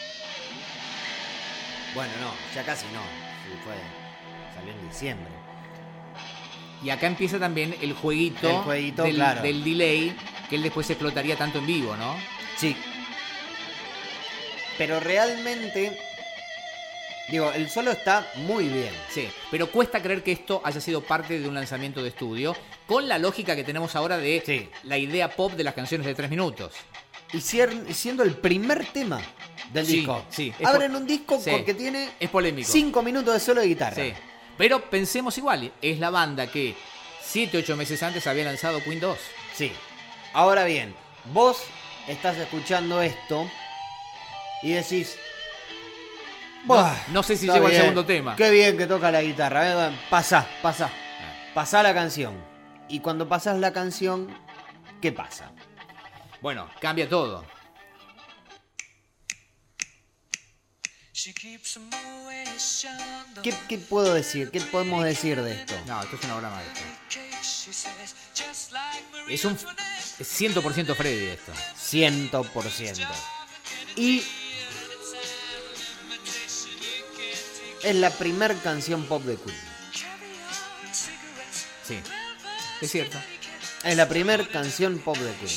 Bueno, no, ya casi no. Sí, fue, salió en diciembre. Y acá empieza también el jueguito, El jueguito, del, claro. del delay, que él después explotaría tanto en vivo, ¿no? Sí. Pero realmente, digo, el solo está muy bien. Sí, pero cuesta creer que esto haya sido parte de un lanzamiento de estudio, con la lógica que tenemos ahora de Sí. la idea pop de las canciones de tres minutos. Y cier- siendo el primer tema del Sí, disco. sí, es Abren po- un disco sí. porque tiene Es polémico. cinco minutos de solo de guitarra. Sí. Pero pensemos igual, es la banda que siete, ocho meses antes había lanzado Queen dos. Sí. Ahora bien, vos estás escuchando esto y decís... "Buah, No sé si está llego al bien, segundo tema". Qué bien que toca la guitarra. Eh, Pasá, pasá. Ah. Pasá la canción. Y cuando pasás la canción, ¿qué pasa? Bueno, cambia todo. ¿Qué, qué puedo decir? ¿Qué podemos decir de esto? No, esto es una obra maestra. Es un es cien por ciento Freddy esto. cien por ciento. Y es la primer canción pop de Queen. Sí, es cierto. Es la primer canción pop de Queen.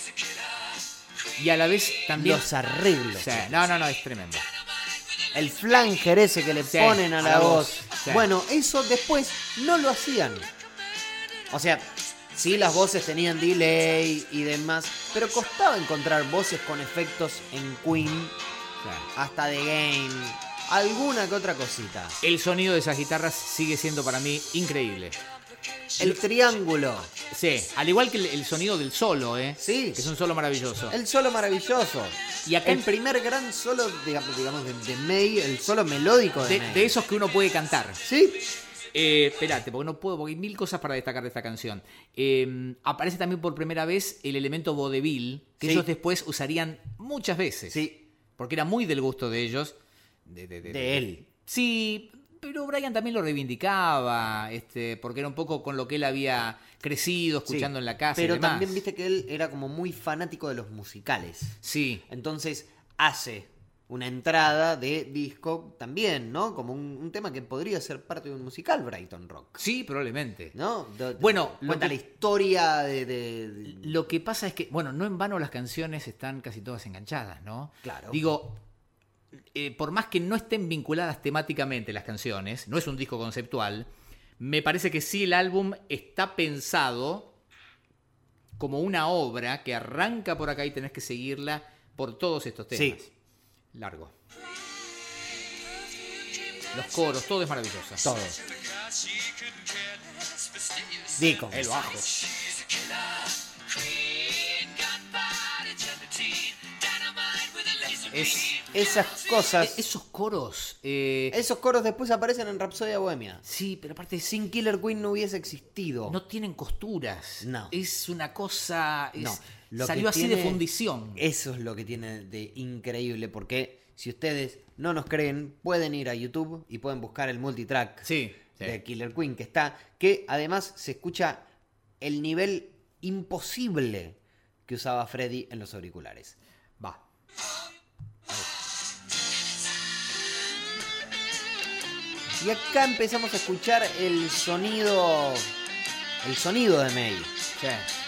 Y a la vez también... Los arreglos. Sí, no, no, no, es tremendo. El flanger ese que le Sí, ponen a la, a la voz. voz, sí. Bueno, eso después no lo hacían. O sea, sí, las voces tenían delay y demás, pero costaba encontrar voces con efectos en Queen, Sí. hasta The Game, alguna que otra cosita. El sonido de esas guitarras sigue siendo para mí increíble. El triángulo, Sí, al igual que el, el sonido del solo, ¿eh? Sí. Que es un solo maravilloso. el solo maravilloso. Y acá el en- primer gran solo, digamos, digamos de, de May, el solo melódico de, de, May. de esos que uno puede cantar. ¿Sí? Eh, espérate, porque no puedo, porque hay mil cosas para destacar de esta canción. Eh, aparece también por primera vez el elemento vodevil, que Sí. ellos después usarían muchas veces. Sí. Porque era muy del gusto de ellos. De, de- de- De él. Sí, pero Brian también lo reivindicaba, este, porque era un poco con lo que él había crecido, escuchando Sí. en la casa y Pero demás. también viste que él era como muy fanático de los musicales. Sí, Entonces hace una entrada de disco también, ¿no? Como un, un tema que podría ser parte de un musical, Brighton Rock. sí, probablemente. ¿No? De- Bueno, lo cuenta que- la historia de, de- de- Lo que pasa es que, bueno, no en vano las canciones están casi todas enganchadas, ¿no? Claro. Digo, eh, por más que no estén vinculadas temáticamente las canciones, no es un disco conceptual, me parece que sí el álbum está pensado como una obra que arranca por acá y tenés que seguirla por todos estos temas. Sí. Largo. Los coros, todo es maravilloso. todo. Disco. El bajo. es... Esas cosas, Esos coros... eh, esos coros después aparecen en Rapsodia Bohemia. sí, pero aparte Sin Killer Queen no hubiese existido. no tienen costuras. No. Es una cosa... es- No, lo salió que así de tiene- fundición. Eso es lo que tiene de increíble, porque si ustedes no nos creen, pueden ir a YouTube y pueden buscar el multitrack Sí, sí. de Killer Queen que está, que además se escucha el nivel imposible que usaba Freddy en los auriculares. Va. Y acá empezamos a escuchar el sonido, el sonido de May. Sí.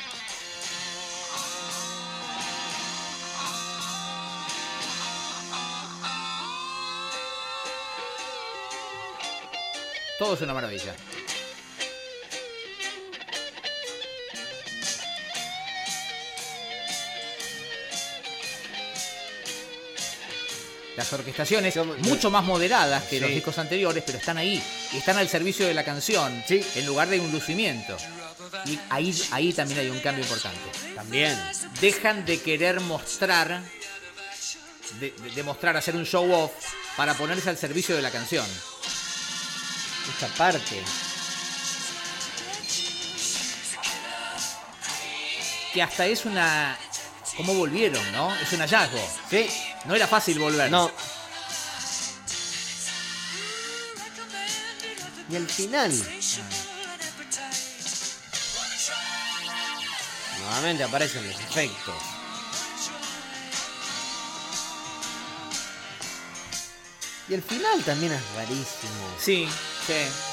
Todo es una maravilla. Las orquestaciones, Yo- mucho más moderadas que los Sí. discos anteriores, pero están ahí. Y están al servicio de la canción, Sí. en lugar de un lucimiento. Y ahí, ahí también hay un cambio importante. También. Dejan de querer mostrar, de, de- de mostrar, hacer un show off para ponerse al servicio de la canción. Esta parte. Que hasta es una... ¿Cómo volvieron, no? Es un hallazgo. Sí. No era fácil volver. No. Y al final. Nuevamente aparecen los efectos. Y el final también es rarísimo. Sí, sí.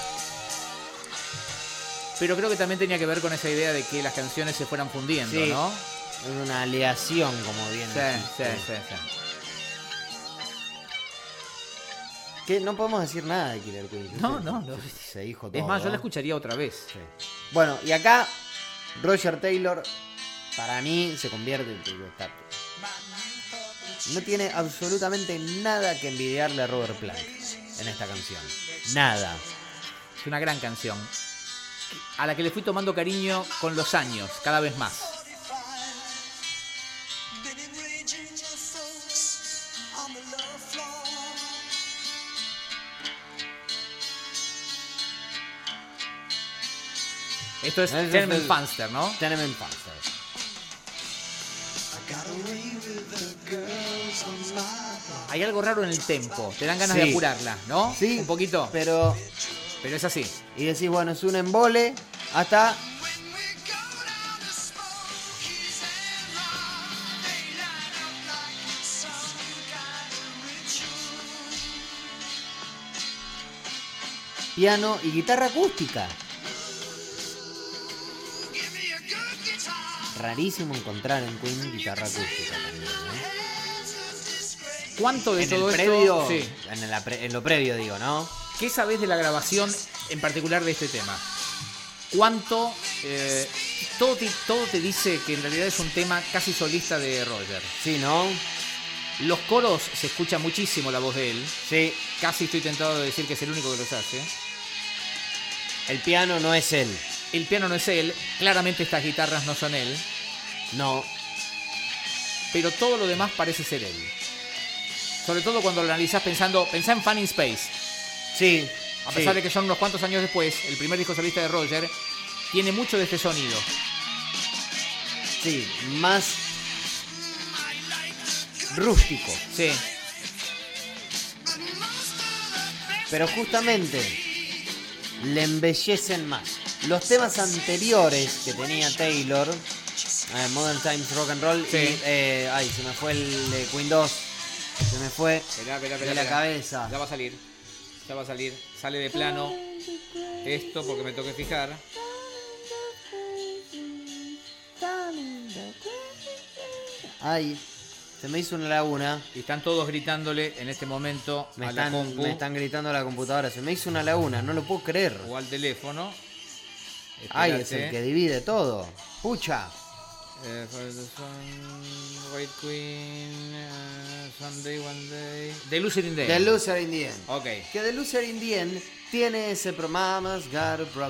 Pero creo que también tenía que ver con esa idea de que las canciones se fueran fundiendo, Sí. ¿no? Es una aleación, como bien Sí, sí, dijiste. sí, sí. Que no podemos decir nada de Killer Queen. No, Se- no, no. Se dijo todo. Es más, yo la escucharía otra vez. Sí. Bueno, y acá Roger Taylor, para mí, se convierte en tu estatus. No tiene absolutamente nada que envidiarle a Robert Plant en esta canción. Nada. Es una gran canción. A la que le fui tomando cariño con los años, cada vez más. Esto es Eso es Tenement el- Funster, ¿no? Tenement Funster. Hay algo raro en el tempo. Te dan ganas Sí. de apurarla, ¿no? Sí, Un poquito. Pero, Pero es así. y decís, bueno, es un embole hasta... piano y guitarra acústica. Rarísimo encontrar en Queen guitarra acústica también, ¿eh? ¿Cuánto de En todo el esto? previo, Sí. en, la pre- en lo previo digo, ¿no? ¿Qué sabés de la grabación en particular de este tema? ¿Cuánto? eh, todo, te, todo te dice que en realidad es un tema casi solista de Roger. Sí, ¿no? Los coros se escucha muchísimo la voz de él. Sí. Casi estoy tentado de decir que es el único que los hace. El piano no es él. El piano no es él. Claramente estas guitarras no son él. No. Pero todo lo demás parece ser él. Sobre todo cuando lo analizás pensando... Pensá en Fun in Space. Sí. A pesar sí. de que son unos cuantos años después, el primer disco solista de Roger tiene mucho de este sonido. Sí, más rústico. Sí. Pero justamente le embellecen más. Los temas anteriores que tenía Taylor, eh, Modern Times Rock and Roll, Sí. y, eh, ay, se me fue el de Queen dos, se me fue Esperá, esperá, de esperá, la esperá. cabeza. Ya va a salir. Ya va a salir. Sale de plano. Esto porque me toque fijar. Ay, se me hizo una laguna. Y están todos gritándole en este momento Me a la están, compu me están gritando a la computadora. Se me hizo una laguna, no lo puedo creer. o al teléfono. Ay, es Espérate. el que divide todo. Pucha. Eh, for the sun, White Queen, eh, Sunday, One Day. The Loser in the The End. Loser in the End. Ok. Que The Loser in the End tiene ese pro- Mama's got a problem.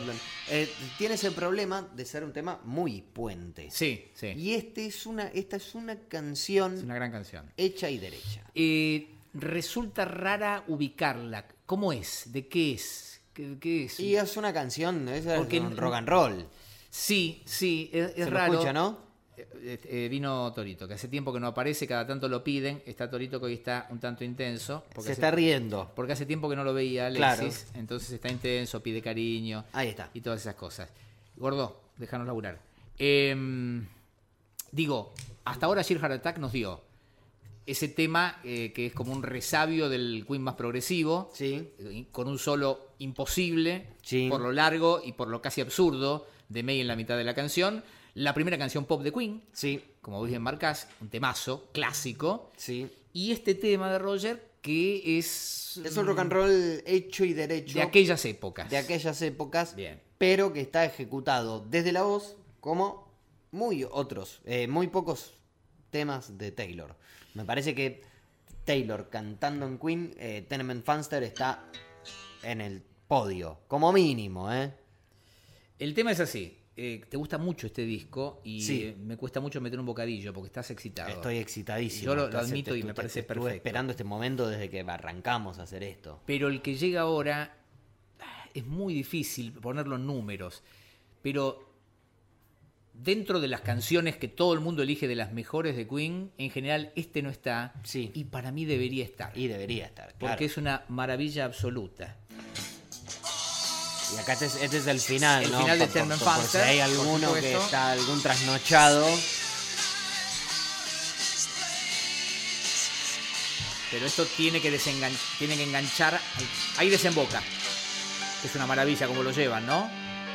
Eh, tiene ese problema de ser un tema muy puente. Sí, sí. Y este es una, esta es una canción Es una gran canción. hecha y derecha. Eh, resulta rara ubicarla. ¿Cómo es? ¿De qué es? ¿Qué, qué es? Y es una canción, es Porque un en- rock and roll. Sí, sí, es, es Se lo raro. escucha, ¿no? Eh, eh, vino Torito, que hace tiempo que no aparece, cada tanto lo piden. Está Torito, que hoy está un tanto intenso. Porque Se hace, está riendo. porque hace tiempo que no lo veía Alexis. Entonces está intenso, pide cariño. Ahí está. Y todas esas cosas. Gordo, déjanos laburar. Eh, digo, hasta ahora Sheer Heart Attack nos dio ese tema eh, que es como un resabio del Queen más progresivo, Sí. eh, con un solo imposible, Sí. por lo largo y por lo casi absurdo de May en la mitad de la canción. La primera canción pop de Queen, Sí, como vos bien marcás, un temazo clásico. sí. Y este tema de Roger que es... Es un rock and roll hecho y derecho. de aquellas épocas. de aquellas épocas. Bien. Pero que está ejecutado desde la voz como muy otros, eh, muy pocos temas de Taylor. Me parece que Taylor cantando en Queen, eh, Tenement Funster está en el podio, como mínimo, ¿eh? El tema es así. Eh, te gusta mucho este disco y Sí. eh, me cuesta mucho meter un bocadillo porque estás excitado. Estoy excitadísimo. Yo lo- lo Entonces, admito te- y me te- parece te estuve perfecto. esperando este momento desde que arrancamos a hacer esto. Pero el que llega ahora ah, es muy difícil ponerlo en números. Pero dentro de las canciones que todo el mundo elige de las mejores de Queen, en general este no está. Sí. Y para mí debería estar. Y debería estar, Porque claro. es una maravilla absoluta. Y acá este es, este es el final, El ¿no? final de Por- por- Tenement por- por Funster, si hay por alguno que supuesto. está algún trasnochado. Pero esto tiene que desengan tiene que enganchar. Ahí desemboca. Es una maravilla como lo llevan, ¿no?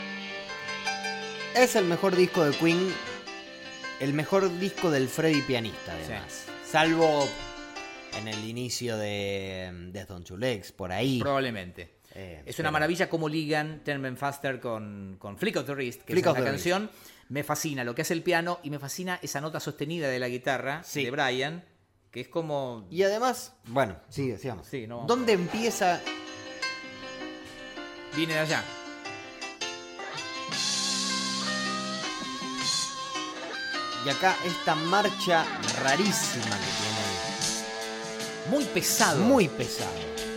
Es el mejor disco de Queen, el mejor disco del Freddy pianista, además. Salvo en el inicio de um, Death on Two Legs, por ahí. Probablemente. Eh, es una pero- maravilla cómo ligan Tenement Faster con, con Flick of the Wrist, que Flick es of la the canción. Me fascina lo que hace el piano y me fascina esa nota sostenida de la guitarra Sí. de Brian, que es como... Y además, bueno, sigue, sigamos. Sí, no. ¿Dónde empieza? Viene de allá. Y acá esta marcha rarísima que tiene. Muy pesado. Muy pesado.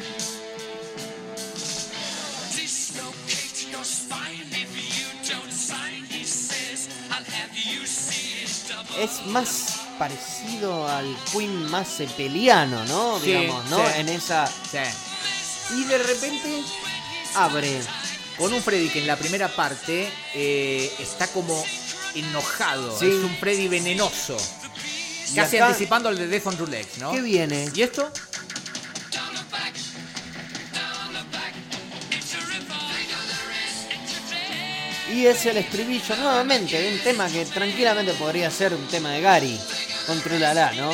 Dislocate your spine if you don't sign. He says, I'll have you see it double. Es más parecido al Queen más cepeliano, ¿no? Sí, Digamos, ¿no? sí. En esa... Sí. Y de repente abre. Con un Freddy que en la primera parte eh, está como enojado. Sí. Es un Freddy venenoso. Y Casi acá- anticipando el de Death on Two Legs, ¿no? ¿Qué viene? ¿Y esto? Down the back, down the back. It's a revival. It's a dread. Y es el estribillo nuevamente de un tema que tranquilamente podría ser un tema de Gary. Controlala, ¿no?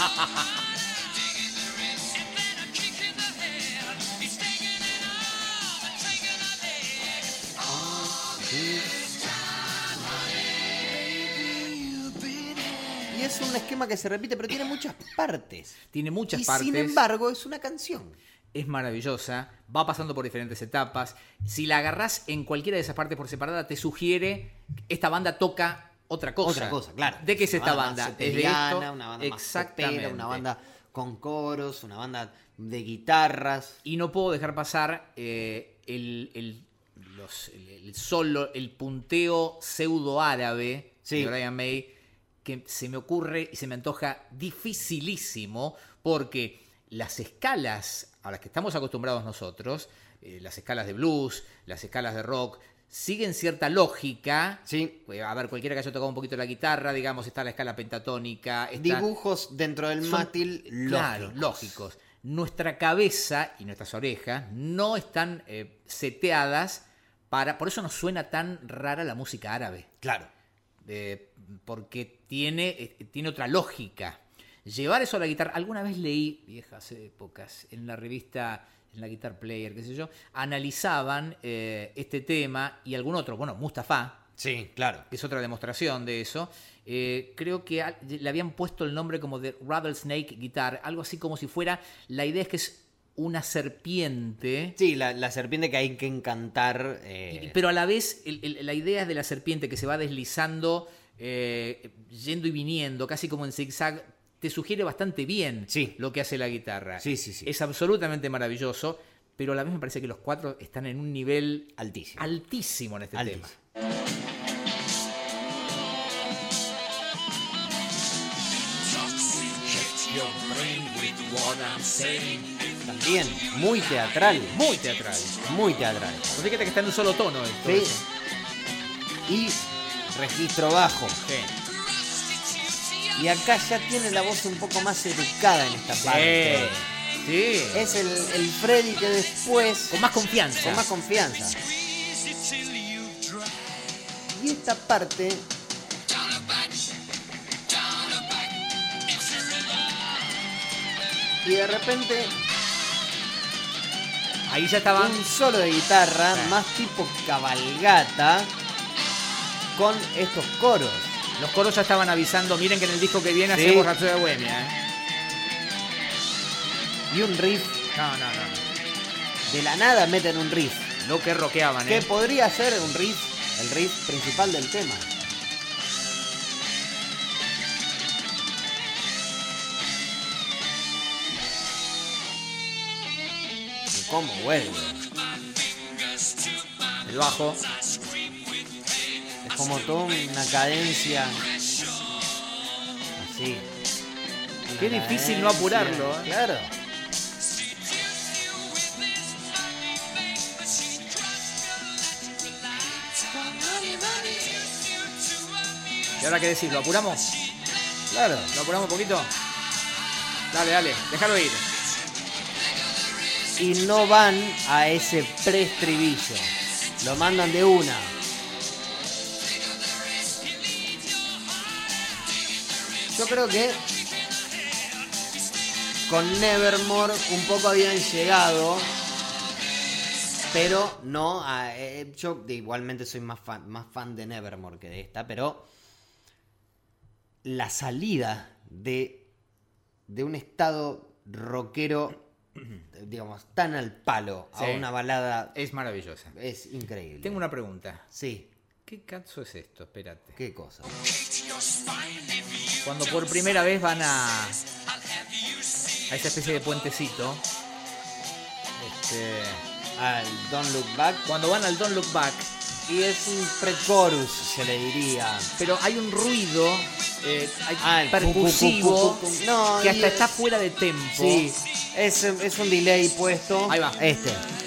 Y es un esquema que se repite, pero tiene muchas partes. Tiene muchas y partes. sin embargo, es una canción. Es maravillosa, va pasando por diferentes etapas. Si la agarrás en cualquiera de esas partes por separada, te sugiere esta banda toca otra cosa. Otra cosa, claro. ¿De qué es Una esta banda? banda? más Es de cepeliana, esto. una banda más Exactamente. popera, una banda con coros, una banda de guitarras. Y no puedo dejar pasar eh, el, el, los- el- el solo, el punteo pseudo árabe Sí. de Brian May, que se me ocurre y se me antoja dificilísimo, porque las escalas a las que estamos acostumbrados nosotros, eh, las escalas de blues, las escalas de rock, siguen cierta lógica. Sí. Eh, A ver, cualquiera que haya tocado un poquito la guitarra, digamos, está la escala pentatónica. Está... Dibujos dentro del Son, mátil claro, lógicos. lógicos. Nuestra cabeza y nuestras orejas no están eh, seteadas para... Por eso nos suena tan rara la música árabe. Claro. Eh, porque tiene, eh, tiene otra lógica. Llevar eso a la guitarra... Alguna vez leí, viejas épocas, en la revista, en la Guitar Player, qué sé yo, analizaban eh, este tema y algún otro. Bueno, Mustafa, Sí, claro. que es otra demostración de eso. Eh, creo que al- le habían puesto el nombre como de Rattlesnake Guitar, algo así como si fuera, la idea es que es una serpiente. Sí, la, la serpiente que hay que encantar. eh, Y- Pero a la vez, el- el- la idea es de la serpiente que se va deslizando, eh, yendo y viniendo, casi como en zigzag, te sugiere bastante bien Sí. lo que hace la guitarra. Sí, sí, sí. Es absolutamente maravilloso, pero a la vez me parece que los cuatro están en un nivel Altísimo. altísimo en este Altísimo. tema. También, muy teatral. Muy teatral. Muy teatral. Pues fíjate que está en un solo tono esto. Sí. Y registro bajo. Sí. Y acá ya tiene la voz un poco más educada en esta parte. Sí. Sí. Es el, el Freddy que después, Con más confianza. con más confianza. Y esta parte y de repente Ahí ya estaban. un solo de guitarra, Sí. más tipo cabalgata, con estos coros. Los coros ya estaban avisando, miren que en el disco que viene Sí. hacemos Rhapsody Bohemia, ¿eh? Y un riff, No, no, no. no. de la nada meten un riff. Lo que rockeaban, Que ¿eh? podría ser un riff, el riff principal del tema. Y cómo vuelve. El bajo. Es como toda una cadencia. Así. Una Qué difícil no apurarlo, ¿eh? Claro. ¿Y ahora qué decir? ¿Lo apuramos? Claro. ¿Lo apuramos un poquito? Dale, dale, déjalo ir. Y no van a ese preestribillo. Lo mandan de una. Yo creo que con Nevermore un poco habían llegado, pero no a, eh, yo de- igualmente soy más fan, más fan de Nevermore que de esta, pero la salida de, de un estado rockero, digamos, tan al palo Sí. a una balada Es maravillosa. es increíble. Tengo una pregunta. Sí, ¿Qué cazzo es esto? Espérate. qué cosa. Cuando por primera vez van a a esa especie de puentecito, este, Al Don't Look Back. cuando van al Don't Look Back, Y es un pre-chorus, se le diría. pero hay un ruido eh, hay- Ah, el percusivo cu, cu, cu, cu, no, que hasta y- está fuera de tempo. Sí, es, es un delay puesto. Ahí va. Este.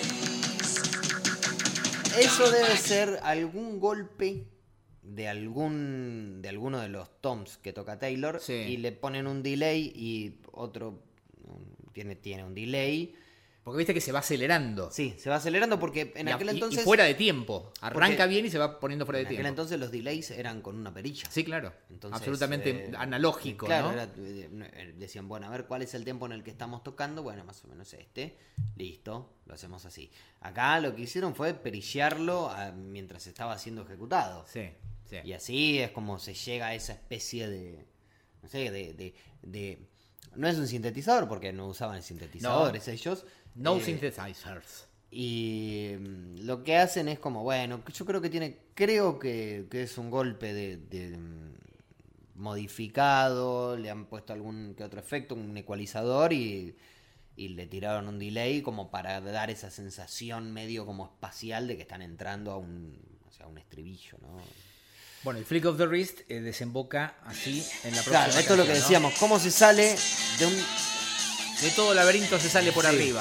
Eso debe ser algún golpe de algún de alguno de los toms que toca Taylor. Sí. Y le ponen un delay y otro un- tiene, tiene un delay. Porque viste que se va acelerando. Sí, se va acelerando porque en Y a- aquel y- entonces. y fuera de tiempo. Arranca porque bien y se va poniendo fuera de en aquel tiempo. entonces los delays eran con una perilla. Sí, claro. Entonces, Absolutamente eh, analógico, claro, ¿no? era, eh, decían, bueno, a ver cuál es el tiempo en el que estamos tocando. Bueno, más o menos este. Listo, lo hacemos así. Acá lo que hicieron fue perillearlo ah, mientras estaba siendo ejecutado. Sí, sí. Y así es como se llega a esa especie de. No sé, de. de, de- no es un sintetizador porque no usaban sintetizadores ellos. No eh, synthesizers. y mm, lo que hacen es como, bueno, yo creo que tiene, creo que, que es un golpe de, de, mm, modificado, le han puesto algún que otro efecto, un ecualizador y, y le tiraron un delay como para dar esa sensación medio como espacial de que están entrando a un, o sea, a un estribillo, ¿no? Bueno, el Flick of the Wrist eh, desemboca así en la próxima Claro, esto es lo que canción, ¿no? decíamos, cómo se sale de un... De todo laberinto se sale por Sí. arriba.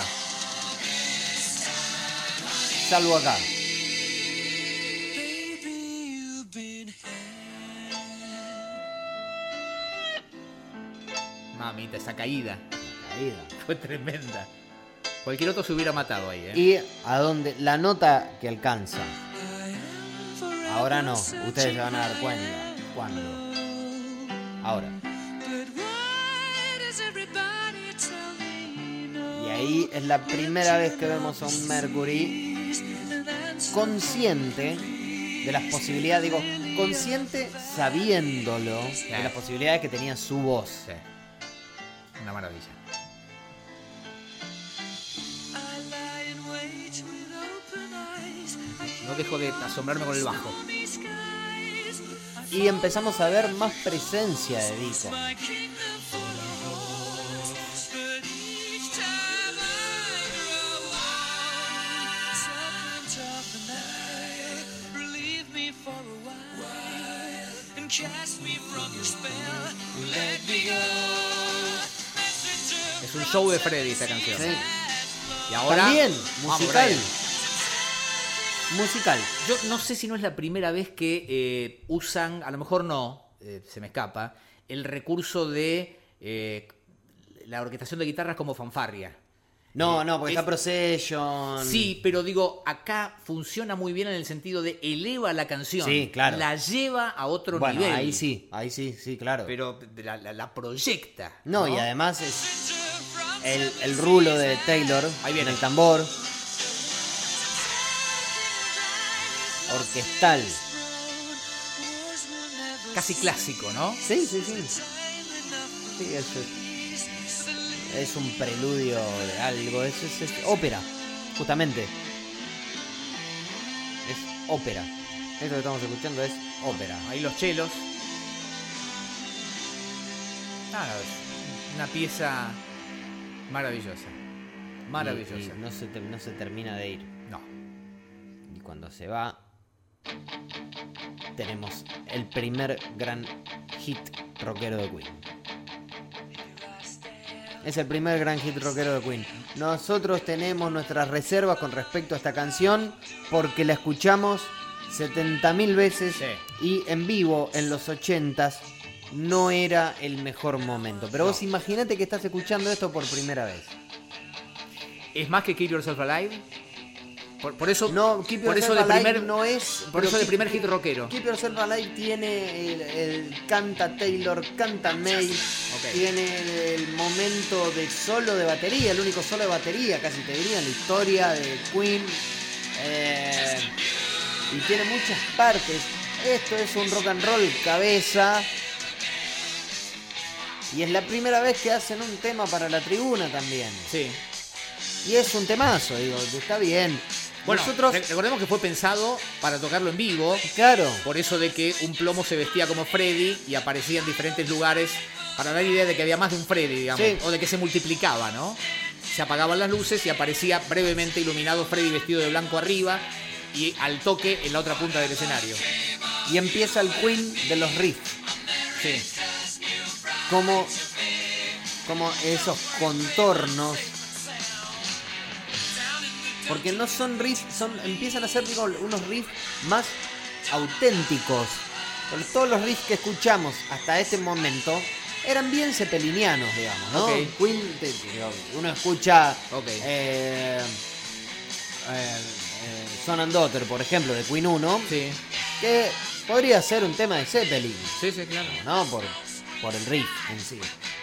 salvo acá. Mamita, esa caída Caída. fue tremenda. Cualquier otro se hubiera matado ahí, ¿eh? Y a donde la nota que alcanza. Ahora no, ustedes se van a dar cuenta. ¿Cuándo? Ahora. Y ahí es la primera vez que vemos a un Mercury consciente de las posibilidades, digo, consciente sabiéndolo de las posibilidades que tenía su voz. Sí. Una maravilla. no dejo de asombrarme con el bajo. Y empezamos a ver más presencia de Deacon. Es un show de Freddy esta canción. Sí. Y ahora También, vamos, musical. Brian. Musical. Yo no sé si no es la primera vez que eh, usan, a lo mejor no, eh, se me escapa, el recurso de eh, la orquestación de guitarras como fanfarria. No, no, porque es- está Procession. Sí, pero digo, acá funciona muy bien en el sentido de eleva la canción. Sí, claro. La lleva a otro Bueno, nivel. ahí sí, ahí sí, sí, claro. Pero la, la- la proyecta. No, y además es el, el rulo de Taylor Ahí viene. en el tambor. Orquestal. Casi clásico, ¿no? Sí, sí, sí. Sí, eso es. Es un preludio de algo. Es, es, es ópera, justamente. Es ópera. Esto que estamos escuchando es ópera. Ahí los chelos. Nada, una pieza maravillosa. Maravillosa. Y- y no, se te- no se termina de ir. No. Y cuando se va, tenemos el primer gran hit rockero de Queen. Es el primer gran hit rockero de Queen. Nosotros tenemos nuestras reservas con respecto a esta canción porque la escuchamos setenta mil veces Sí. y en vivo en los ochentas no era el mejor momento. Pero vos imaginate que estás escuchando esto por primera vez. ¿Es más que Keep Yourself Alive? Por, por eso, No, Keep por eso Yourself de Alive primer, no es. por pero eso de Keep- primer hit rockero. Keep Yourself Alive tiene el, el canta Taylor, canta May, Ok. tiene el momento de solo de batería, el único solo de batería, casi te diría, en la historia de Queen. Eh, y tiene muchas partes. Esto es un rock and roll cabeza. Y es la primera vez que hacen un tema para la tribuna también. Sí. Y es un temazo, digo, está bien. Bueno, Nosotros, re- recordemos que fue pensado para tocarlo en vivo. claro. Por eso de que un plomo se vestía como Freddy y aparecía en diferentes lugares para dar idea de que había más de un Freddy, digamos, Sí. o de que se multiplicaba, ¿no? Se apagaban las luces y aparecía brevemente iluminado Freddy vestido de blanco arriba y al toque en la otra punta del escenario. Y empieza el Queen de los riffs. Sí. Como, como esos contornos. Porque no son riffs, son, empiezan a ser, digo, unos riffs más auténticos. Porque todos los riffs que escuchamos hasta este momento eran bien cepelinianos, digamos, ¿no? Ok. Queen, te- digo, uno escucha Ok. eh, eh, eh, Son and Daughter, por ejemplo, de Queen uno, Sí. que podría ser un tema de Zeppelin, Sí, sí, claro. ¿no? Por, por el riff en sí.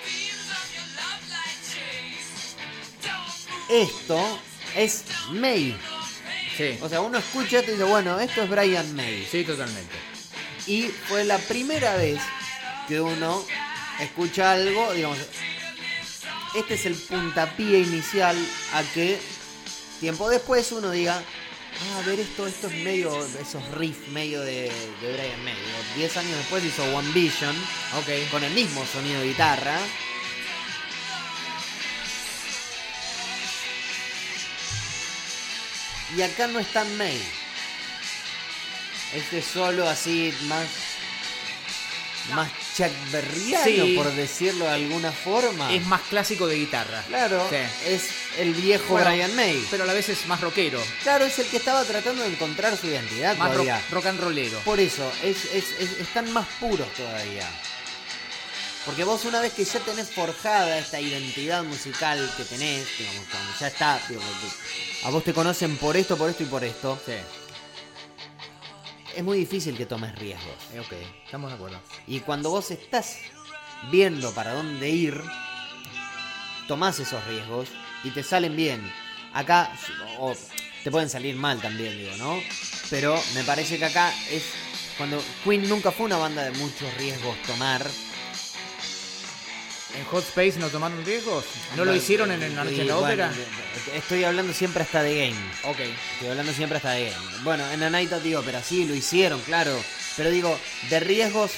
Esto es May. Sí. O sea, uno escucha esto y dice, bueno, esto es Brian May. Sí, totalmente. Y fue la primera vez que uno escucha algo, digamos, este es el puntapié inicial a que tiempo después uno diga, ah, a ver, esto, esto es medio, esos riffs medio de, de Brian May. Digo, Diez años después hizo One Vision Ok. con el mismo sonido de guitarra. Y acá no está May. Este solo así más más Chuck Berriano, Sí. por decirlo de alguna forma. Es más clásico de guitarra. Claro, Sí. es el viejo Bueno, Brian May. Pero a la vez es más rockero. Claro, es el que estaba tratando de encontrar su identidad Más rock, todavía. rock and rollero. Por eso, es, es- es- están más puros todavía. Porque vos una vez que ya tenés forjada esta identidad musical que tenés, digamos, cuando ya está, digamos, que a vos te conocen por esto, por esto y por esto, Sí. es muy difícil que tomes riesgos. Eh, ok, estamos de acuerdo. Y cuando vos estás viendo para dónde ir, tomás esos riesgos y te salen bien. Acá, o te pueden salir mal también, digo, ¿no? Pero me parece que acá es cuando Queen nunca fue una banda de muchos riesgos tomar. ¿En Hot Space no tomaron riesgos? ¿No lo hicieron en, en Noche en la Y, Ópera? bueno, estoy hablando siempre hasta de Game. Ok. Estoy hablando siempre hasta de Game. Bueno, en A Night at the Opera sí, lo hicieron, claro. Pero digo, de riesgos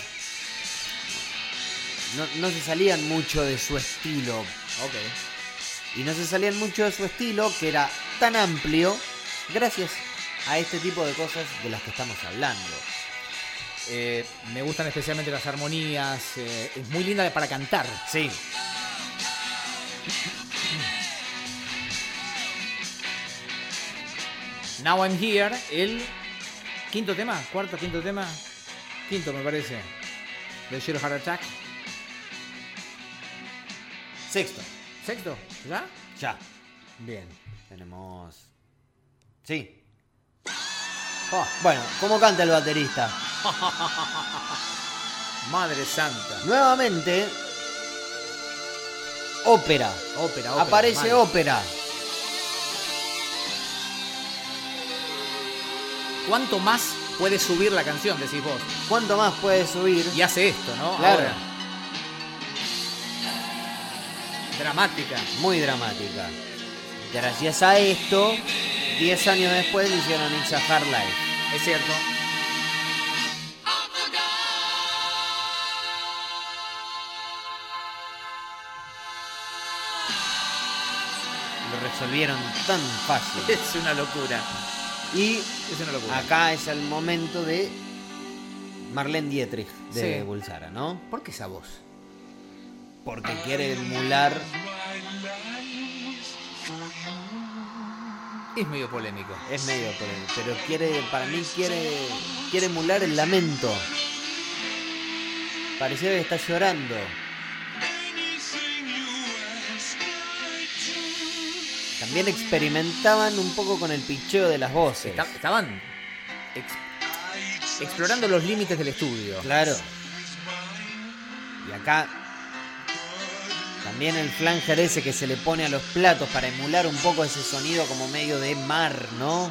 no, no se salían mucho de su estilo. Ok. Y no se salían mucho de su estilo, que era tan amplio, gracias a este tipo de cosas de las que estamos hablando. Eh, me gustan especialmente las armonías. Eh, es muy linda para cantar. Sí. Now I'm Here, el quinto tema, cuarto, quinto tema. Quinto, me parece. De Zero Heart Attack. Sexto. Sexto, ¿ya? Ya. Bien. Tenemos... Sí. Oh, bueno, ¿cómo canta el baterista? Madre santa. Nuevamente, ópera. Ópera, ópera. Aparece mal. ópera. ¿Cuánto más puede subir la canción, decís vos? ¿Cuánto más puede subir? Y hace esto, ¿no? Claro. Ahora. Dramática. Muy dramática. Gracias a esto, diez años después le hicieron It's a Hard Life. Es cierto. Lo resolvieron tan fácil. Es una locura. Y Es una locura. acá es el momento de Marlene Dietrich de Sí. Bulsara, ¿no? ¿Por qué esa voz? Porque quiere emular. Es medio polémico. Es medio polémico, pero quiere, para mí quiere, quiere emular el lamento. Pareciera que está llorando. También experimentaban un poco con el picheo de las voces. Está- estaban ex- explorando los límites del estudio. Claro. Y acá también el flanger ese que se le pone a los platos para emular un poco ese sonido como medio de mar, ¿no?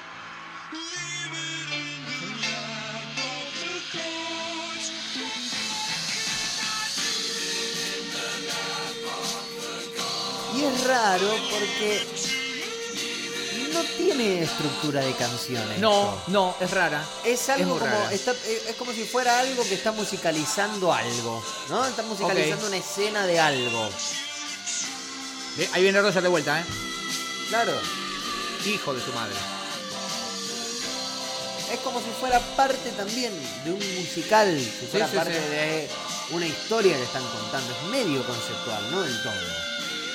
Y es raro porque no tiene estructura de canciones. No, no, es rara. Es algo muy como rara. está, es como si fuera algo que está musicalizando algo, ¿no? Está musicalizando Ok. una escena de algo. Ve, ahí viene Roger de vuelta, ¿eh? Claro. Hijo de su madre. Es como si fuera parte también de un musical, si fuera sí, parte sí. de una historia que están contando. Es medio conceptual, no del todo.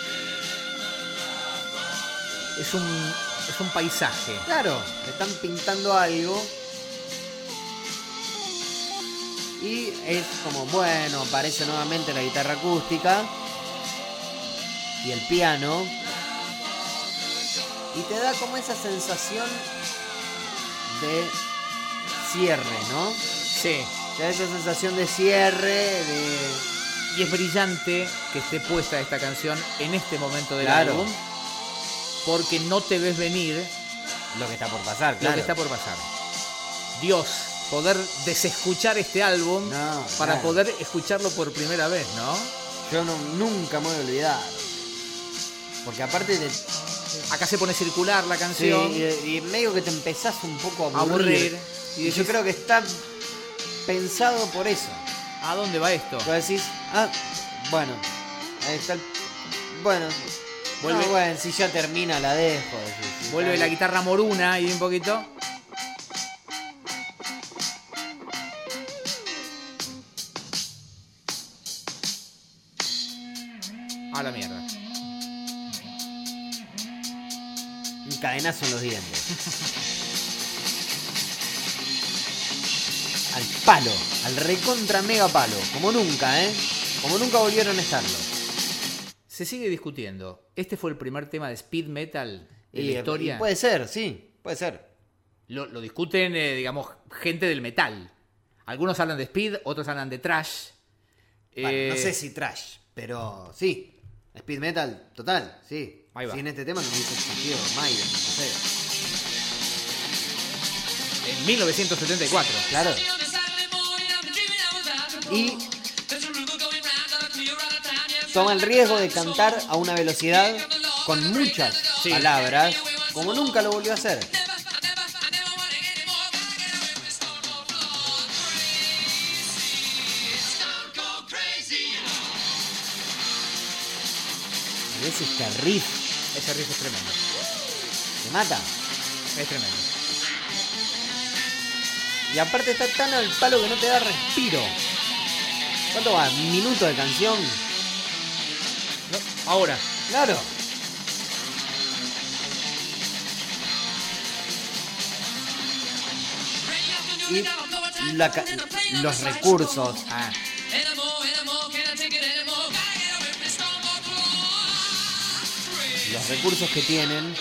Es un, es un paisaje. Claro, están pintando algo. Y es como, bueno, aparece nuevamente la guitarra acústica y el piano. Y te da como esa sensación de cierre, ¿no? Sí. Te da esa sensación de cierre, de... Y es brillante que esté puesta esta canción en este momento del Claro. álbum. Porque no te ves venir lo que está por pasar, lo claro. que está por pasar. Dios, poder desescuchar este álbum No, para claro. poder escucharlo por primera vez, ¿no? Yo no, nunca me voy a olvidar. Porque aparte de... Acá se pone circular la Sí, canción. y, y medio que te empezás un poco a A aburrir. aburrir. Y, Y yo decís- creo que está pensado por eso. ¿A dónde va esto? Vos decís, ah, bueno, ahí está el... Bueno, Vuelve- no, bueno, si ya termina la dejo. decís. Vuelve la guitarra moruna y un poquito. A la mierda. Un cadenazo en los dientes. Al palo, al recontra mega palo. Como nunca, ¿eh? Como nunca volvieron a estarlo. Se sigue discutiendo. ¿Este fue el primer tema de speed metal en Y- la historia? y puede ser, sí, puede ser. Lo, lo discuten, eh, digamos, gente del metal. Algunos hablan de speed, otros hablan de trash. Bueno, Eh, no sé si trash, pero sí. Speed metal, total, sí. Ahí va. Sin este tema no hubiese existido Maiden, no sé. En mil novecientos setenta y cuatro. Claro. Y toma el riesgo de cantar a una velocidad con muchas Sí. palabras, como nunca lo volvió a hacer. A veces este riff Ese riff es tremendo. te mata. Es tremendo. Y aparte está tan al palo que no te da respiro. ¿Cuánto va? ¿Un minuto de canción? No, ahora. Claro. Y la ca- los recursos. Ah, Los recursos que tienen.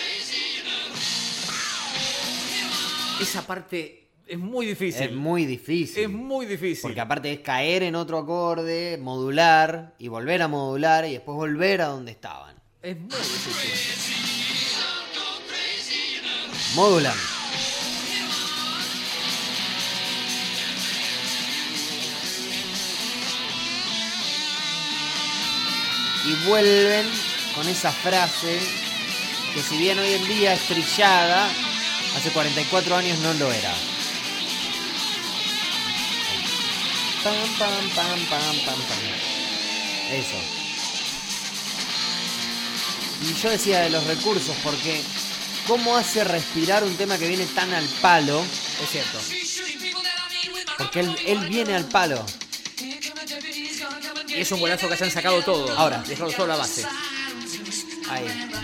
esa parte es muy difícil. Es muy difícil. Es muy difícil. Porque aparte es caer en otro acorde, modular, y volver a modular, y después volver a donde estaban. Es muy difícil. Modulan. Y vuelven con esa frase que, si bien hoy en día es trillada, hace cuarenta y cuatro años no lo era. Pam, pam, pam, pam, pam, pam. Eso. Y yo decía de los recursos, porque ¿cómo hace respirar un tema que viene tan al palo? Es cierto. Porque él, él viene al palo. Y es un golazo que hayan sacado todo. Ahora. Dejaron solo la base. Ahí.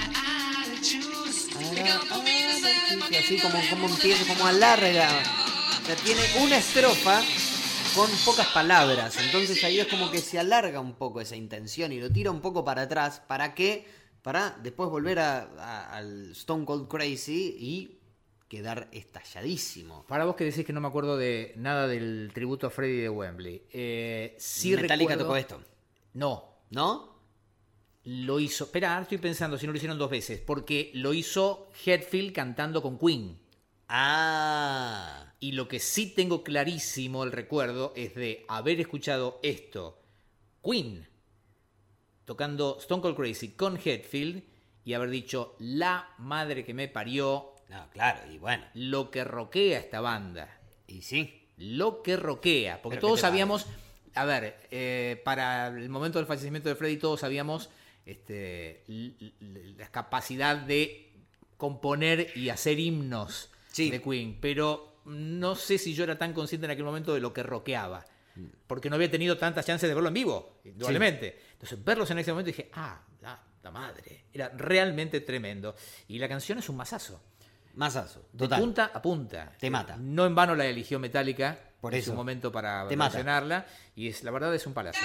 Y así como, como empieza, como alarga. O sea, tiene una estrofa con pocas palabras. Entonces ahí es como que se alarga un poco esa intención y lo tira un poco para atrás. ¿Para qué? Para después volver a, a- al Stone Cold Crazy y quedar estalladísimo. Para vos que decís que no me acuerdo de nada del tributo a Freddie de Wembley. Eh, sí Metallica recuerdo- tocó esto, No, ¿no? lo hizo. Espera, ahora estoy pensando si no lo hicieron dos veces. Porque lo hizo Hetfield cantando con Queen. Ah, Y lo que sí tengo clarísimo el recuerdo es de haber escuchado esto, Queen, tocando Stone Cold Crazy con Hetfield y haber dicho, la madre que me parió, no, claro, y bueno, lo que roquea esta banda. y sí. Lo que roquea. Porque Pero ¿qué todos te sabíamos, a ver, eh, para el momento del fallecimiento de Freddie todos sabíamos este, l- l- la capacidad de componer y hacer himnos Sí. de Queen, pero no sé si yo era tan consciente en aquel momento de lo que rockeaba, porque no había tenido tantas chances de verlo en vivo, indudablemente. Entonces verlos en ese momento dije, ah, la, la madre, era realmente tremendo. Y la canción es un masazo. Masazo, De total. punta a punta. Te mata. No en vano la eligió Metallica Por en eso. su momento para Te mata. mencionarla. Y es, la verdad es un palazo.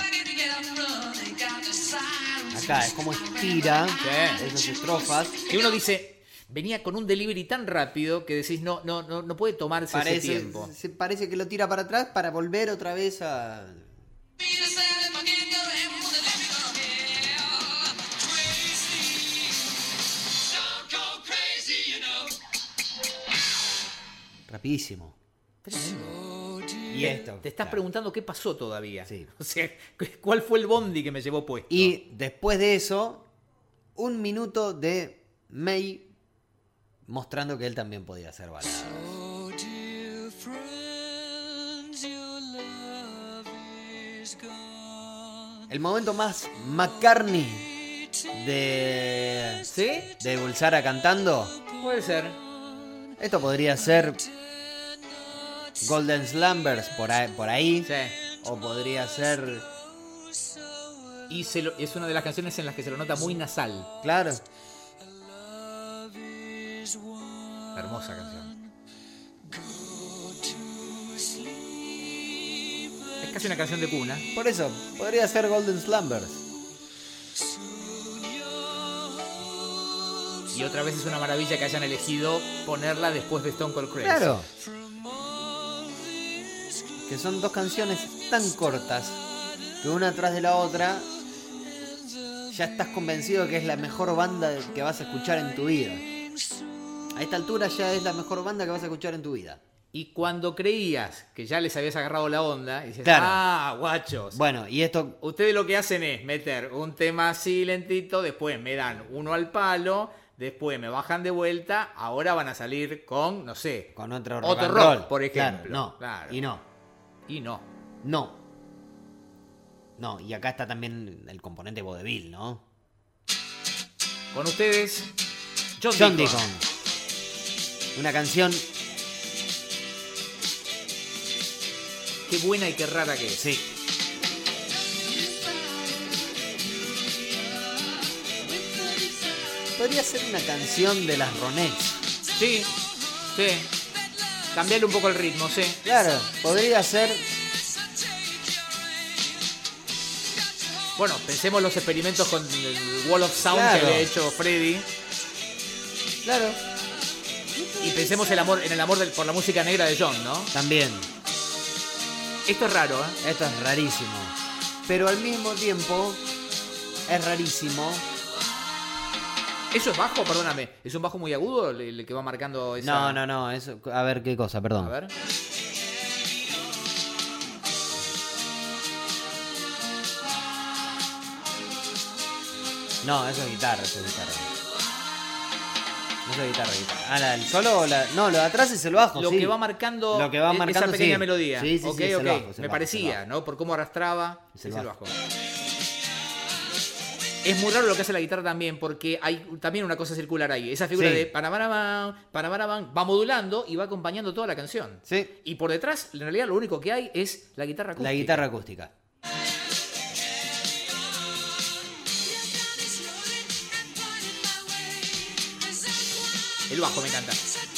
Acá es como estira Sí. esas estrofas. Que uno dice, venía con un delivery tan rápido que decís, no, no, no, no puede tomarse ese Parece, tiempo. se parece que lo tira para atrás para volver otra vez a... Rapidísimo. Y esto. Te estás claro. preguntando qué pasó todavía. Sí. O sea, ¿cuál fue el bondi que me llevó puesto? Y después de eso, un minuto de May mostrando que él también podía hacer baladas. El momento más McCartney de, ¿Sí? de Bulsara cantando. Puede ser. Esto podría ser Golden Slumbers por ahí, por ahí. Sí. O podría ser, Y se lo- es una de las canciones en las que se lo nota muy nasal. claro, Hermosa canción. Es casi una canción de cuna. por eso, podría ser Golden Slumbers. Y otra vez es una maravilla que hayan elegido ponerla después de Stone Cold Crazy. Claro. Que son dos canciones tan cortas que una tras de la otra ya estás convencido que es la mejor banda que vas a escuchar en tu vida. A esta altura ya es la mejor banda que vas a escuchar en tu vida. Y cuando creías que ya les habías agarrado la onda, dices, Claro. ah, guachos. Bueno, y esto... Ustedes lo que hacen es meter un tema así lentito, después me dan uno al palo, después me bajan de vuelta, ahora van a salir con, no sé, Con otro rock otro and rock, roll. por Claro, ejemplo. no, Claro. y no. Y no. No. No, y acá está también el componente vodevil, ¿no? Con ustedes, John, John Deacon. Deacon. Una canción, Qué buena y qué rara que es. sí. Podría ser una canción de las Ronettes. Sí, sí. Cambiarle un poco el ritmo, sí. Claro, podría ser. Bueno, pensemos los experimentos con el Wall of Sound Claro. que había hecho Freddy. Claro. Y pensemos el amor, en el amor del- por la música negra de John, ¿no? También. Esto es raro, ¿eh? Esto es rarísimo. Pero al mismo tiempo es rarísimo. ¿Eso es bajo? Perdóname. ¿Es un bajo muy agudo el, el que va marcando esa...? No, no, no. Eso, a ver qué cosa, perdón. A ver. No, eso es guitarra, eso es guitarra. Eso es guitarra, guitarra. Ah, ¿la del solo o la.? No, lo de atrás es el bajo. Lo sí. que va marcando, Lo que va e- marcando, esa pequeña sí. melodía. Sí, sí, sí, ok, es el ok. bajo, es el Me bajo, es el parecía, bajo. ¿no? Por cómo arrastraba. Es Es el el bajo. bajo. Es muy raro lo que hace la guitarra también, porque hay también una cosa circular ahí. Esa figura Sí. de panamaraban, panamaraban, va modulando y va acompañando toda la canción. Sí. Y por detrás, en realidad, lo único que hay es la guitarra acústica. La guitarra acústica. El bajo me encanta.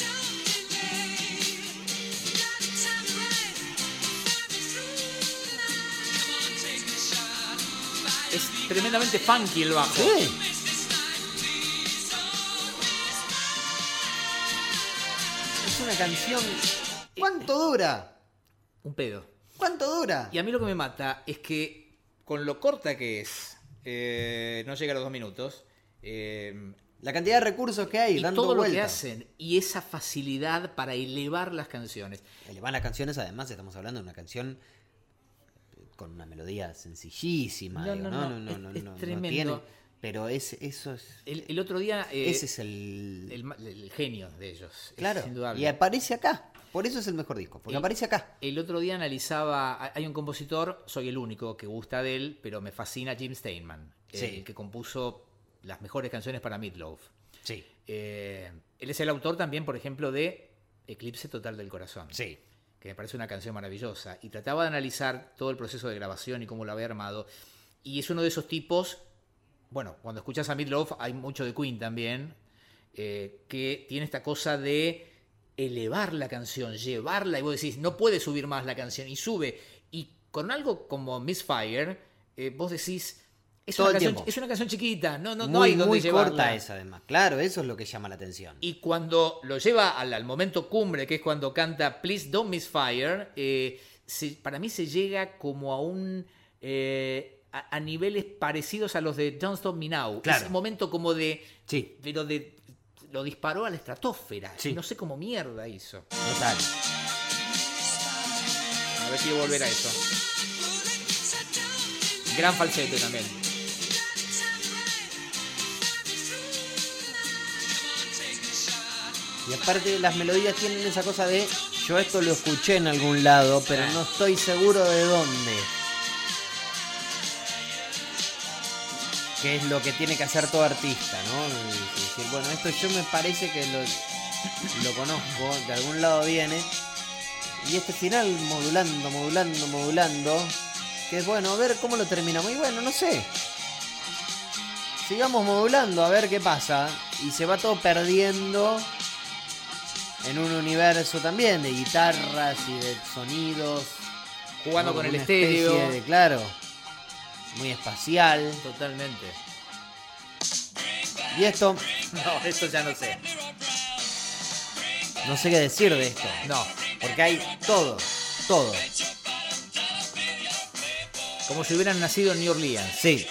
Es tremendamente funky el bajo. Sí. Es una canción. ¿Cuánto dura? Un pedo. ¿Cuánto dura? Y a mí lo que me mata es que con lo corta que es, eh, no llega a los dos minutos, eh, La cantidad de recursos que hay, y dando todo lo que vueltas. hacen, y esa facilidad para elevar las canciones. Elevar las canciones, además, estamos hablando de una canción con una melodía sencillísima. No, digo, no, no, no, no, no, es- no, es no, no tremendo. tiene. Pero es, eso es. El, el otro día... eh, ese es el. el, ma- el genio de ellos. es claro. indudable. Y aparece acá. Por eso es el mejor disco. Porque El- aparece acá. El otro día analizaba, hay un compositor, soy el único que gusta de él, pero me fascina Jim Steinman, Sí. el que compuso las mejores canciones para Meat Loaf. Sí. Eh, él es el autor también, por ejemplo, de Eclipse Total del Corazón, Sí. que me parece una canción maravillosa. Y trataba de analizar todo el proceso de grabación y cómo lo había armado. Y es uno de esos tipos, bueno, cuando escuchas a Meat Loaf hay mucho de Queen también, eh, que tiene esta cosa de elevar la canción, llevarla, y vos decís, no puede subir más la canción, y sube. Y con algo como Misfire, eh, vos decís, es Todo una, el canción, tiempo. es una canción chiquita, no, no, muy, no hay donde muy llevarla. corta esa, además. Claro, eso es lo que llama la atención. Y cuando lo lleva al, al momento cumbre, que es cuando canta Please Don't Misfire, eh, se- para mí se llega como a un... eh, a, a niveles parecidos a los de Don't Stop Me Now. Claro. Es un momento como de... Sí. Pero de... Lo disparó a la estratosfera. Sí. No sé cómo mierda hizo. Total. A ver, quiero volver a eso. Gran falsete también. Y aparte las melodías tienen esa cosa de yo esto lo escuché en algún lado, pero no estoy seguro de dónde. Que es lo que tiene que hacer todo artista, ¿no? Y decir, bueno, esto yo me parece que lo, lo conozco, de algún lado viene. Y este final modulando, modulando, modulando. Que es bueno, a ver cómo lo terminamos. Y bueno, no sé. Sigamos modulando a ver qué pasa. Y se va todo perdiendo en un universo también de guitarras y de sonidos. Jugando ¿no? con el Una estéreo. especie de, claro, muy espacial. Totalmente. Y esto, No, esto ya no sé. no sé qué decir de esto. No. Porque hay todo, todo. Como si hubieran nacido en New Orleans. Sí.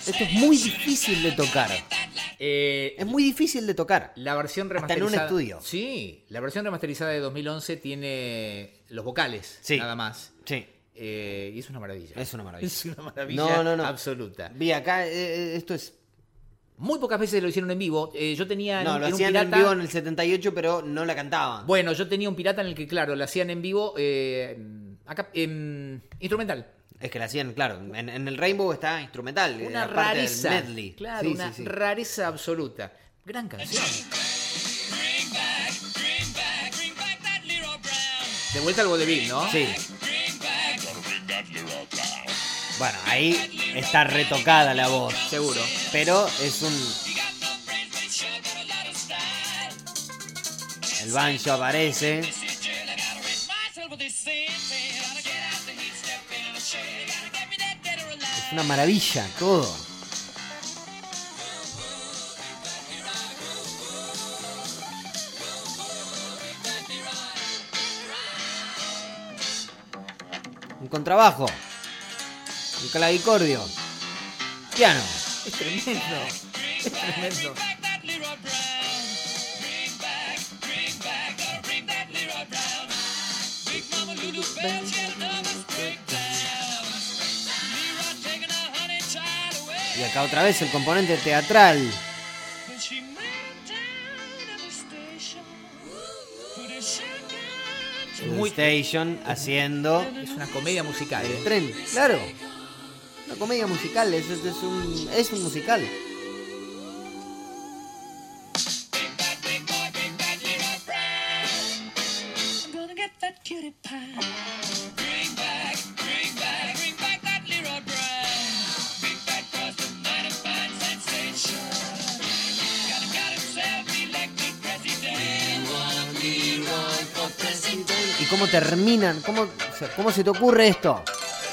Esto es muy difícil de tocar. Eh, Es muy difícil de tocar. la versión Hasta en remasterizada. un estudio. Sí, la versión remasterizada de dos mil once tiene los vocales, Sí. nada más. Sí. Eh, y es una maravilla. Es una maravilla. Es una maravilla No, no, no. absoluta. Vi acá, eh, esto es... Muy pocas veces lo hicieron en vivo. Eh, yo tenía en No, un- lo en un hacían pirata, en vivo en el setenta y ocho, pero no la cantaban. Bueno, yo tenía un pirata en el que, claro, lo hacían en vivo, eh, acá, en instrumental. Es que la hacían, claro, en, en el Rainbow está instrumental. Una era parte del rareza. medley. Claro, Sí, una sí, sí. rareza absoluta. Gran canción. Bring back, bring back, bring back that Leroy Brown. De vuelta al vodevil, ¿no? Sí. Bring back, bring that Leroy Brown. Bueno, ahí está retocada la voz. Seguro. Pero es un... You got no brains, but it sure got a lot of style. El banjo aparece. This is jail, I gotta rid myself of this sin. Say, gotta get out the heat, step in the shade. Gotta get me that dead or alive. Es una maravilla, todo. Un contrabajo. Un clavicordio. Piano. Es tremendo. Es tremendo. Bring back that Leroy Brown. Bring back, bring back, gotta bring that Leroy Brown. Big Mama Lulu Bell, she had a double breakdown. Leroy taking a honey child away. Y acá otra vez el componente teatral. When she met him down at the station, put a shotgun. Muy Station haciendo Es una comedia musical. el ¿eh? tren. Claro. Una comedia musical. Es, es, es un, es un musical. Bring back, big boy, bring back Leroy Brown. I'm gonna get that cutie pie. Bring back, bring back, bring back that Leroy Brown. Big fat cross tonight, a fine sensation. Gotta got himself elected president. Leroy for president. ¿Y cómo terminan? ¿Cómo, o sea, ¿cómo se te ocurre esto?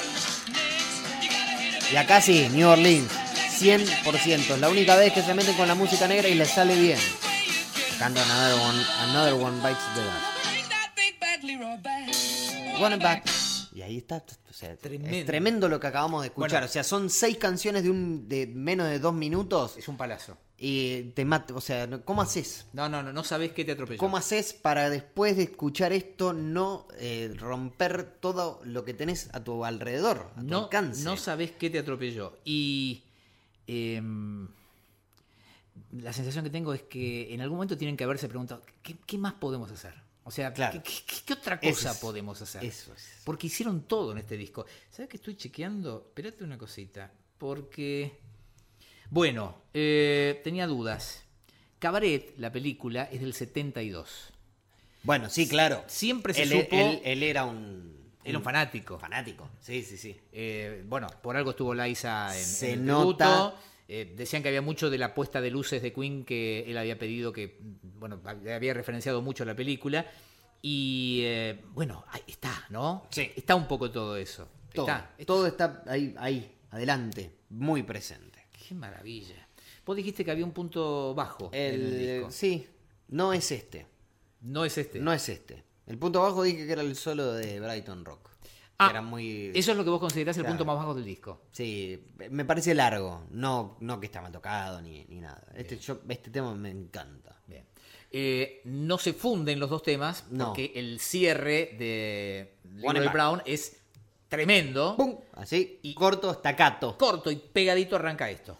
Y acá sí, New Orleans. cien por ciento. Es la única vez que se meten con la música negra y les sale bien. Canta Another One, Another One Bites the Dust. Bring that big bad Leroy back. One back. Y ahí está. O sea, Tremendo. es tremendo lo que acabamos de escuchar. Bueno. O sea, son seis canciones de un de menos de dos minutos. Es un palazo. Y te mata. O sea, ¿cómo haces? No, no, no, no sabés qué te atropelló. ¿Cómo haces para después de escuchar esto no eh, romper todo lo que tenés a tu alrededor, a tu No, alcance? no sabés qué te atropelló. Y em, la sensación que tengo es que en algún momento tienen que haberse preguntado, ¿qué, qué más podemos hacer? O sea, Claro. ¿qué, qué- qué otra Eso cosa es. podemos hacer? Eso es. Porque hicieron todo en este disco. ¿Sabes qué estoy chequeando? Espérate una cosita. Porque, bueno, eh, tenía dudas. Cabaret, la película, es del setenta y dos. Bueno, sí, claro. Siempre se él, supo... él- él era un... Era un fanático. Fanático. Sí, sí, sí. Eh, bueno, por algo estuvo Liza en, Se en el nota. tributo. Eh, decían que había mucho de la puesta de luces de Queen que él había pedido, que, bueno, había referenciado mucho a la película. Y, eh, bueno, ahí está, ¿no? Sí. Está un poco todo eso. Todo, Está. todo está ahí, ahí, adelante, muy presente. Qué maravilla. Vos dijiste que había un punto bajo en el El, disco. sí, no es este. No es este. No es este. El punto bajo dije que era el solo de Brighton Rock. Ah, que era muy... Eso es lo que vos considerás el Claro. punto más bajo del disco. Sí, me parece largo. No, no que está mal tocado ni, ni nada. Este, yo, este tema me encanta. Bien. Eh, no se funden los dos temas No. porque el cierre de One Leroy back. Brown es tremendo. ¡Pum! Así, Y- corto, staccato. Corto y pegadito arranca esto.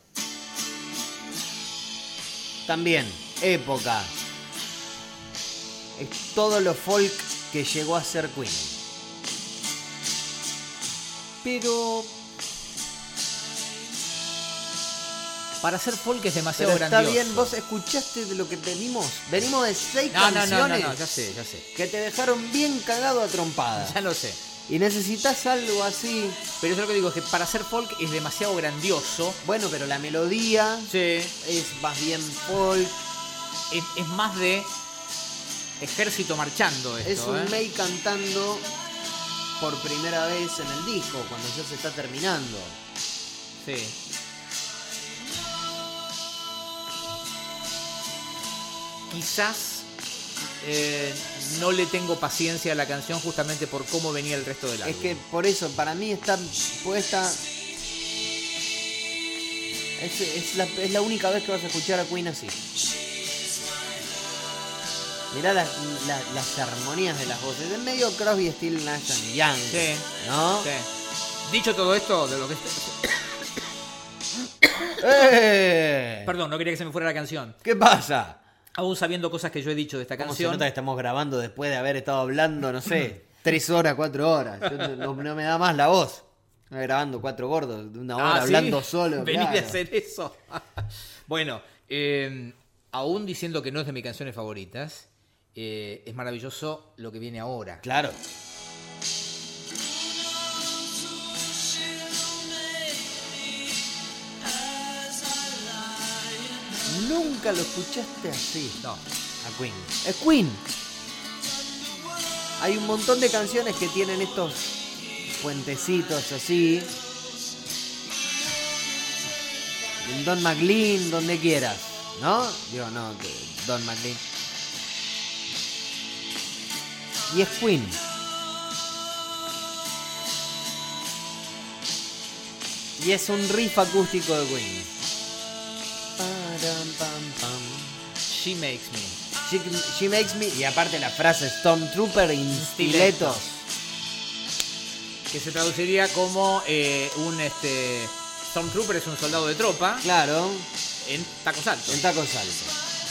También, época. Es todo lo folk que llegó a ser Queen. Pero para hacer folk es demasiado Pero está grandioso. bien, vos escuchaste de lo que venimos. Venimos de seis No, no, no, canciones no, no, ya sé, ya sé. que te dejaron bien cagado a trompada. Ya lo sé. Y necesitas algo así. Pero eso es lo que digo, que para hacer folk es demasiado grandioso. Bueno, pero la melodía Sí. es más bien folk. Es, es más de ejército marchando esto, Es un ¿eh? May cantando por primera vez en el disco, cuando ya se está terminando. Sí. Quizás eh, no le tengo paciencia a la canción justamente por cómo venía el resto del álbum. Es que por eso, para mí está puesta Es, es, la, es la única vez que vas a escuchar a Queen así. Mirá la- la- las armonías de las voces. Es medio Crosby, Stills, Nash and Young. Sí. ¿No? Sí. Dicho todo esto, de lo que... ¡Eh! Perdón, no quería que se me fuera la canción. ¿Qué pasa? Aún sabiendo cosas que yo he dicho de esta ¿Cómo se canción. nota que estamos grabando después de haber estado hablando, no sé, tres horas, cuatro horas? Yo no, no- no me da más la voz. Estoy grabando cuatro gordos de una hora Ah, ¿sí? hablando solo. Vení claro. de hacer eso. Bueno, eh, aún diciendo que no es de mis canciones favoritas, eh, es maravilloso lo que viene ahora. Claro. Nunca lo escuchaste así. No. A Queen. Es Queen. Hay un montón de canciones que tienen estos puentecitos así. En Don McLean, donde quieras. ¿No? Digo, no, de Don McLean. Y es Queen. Y es un riff acústico de Queen. Param, pam, pam. She Makes Me. She, she makes me. Y aparte la frase Stormtrooper in stilettos. Que se traduciría como eh, un este Stormtrooper es un soldado de tropa Claro, en tacos altos. en tacos altos.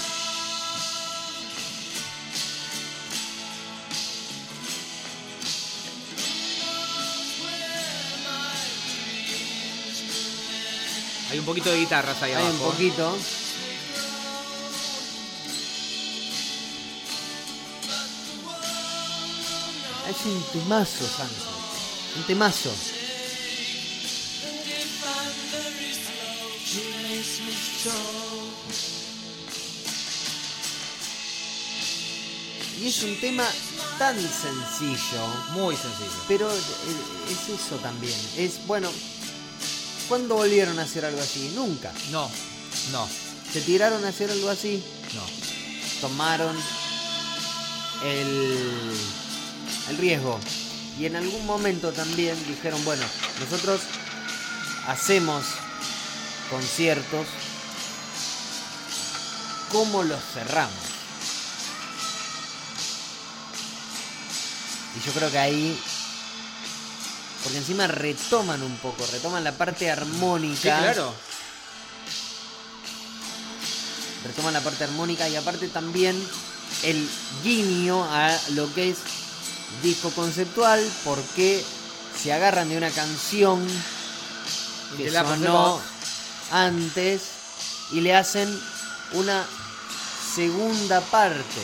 Hay un poquito de guitarras ahí Hay abajo. un poquito. Es un temazo, Sanso. Un temazo. Y es un tema tan sencillo. Muy sencillo. Pero eh, es eso también. Es, bueno, ¿cuándo volvieron a hacer algo así? Nunca. No, no, Se tiraron a hacer algo así. no. Tomaron el, el riesgo. Y en algún momento también dijeron, bueno, nosotros hacemos conciertos, ¿cómo los cerramos? Y yo creo que ahí, porque encima retoman un poco, retoman la parte armónica. Sí, claro. Retoman la parte armónica y aparte también el guiño a lo que es disco conceptual, porque se agarran de una canción Y que te la sonó pasemos. antes y le hacen una segunda parte.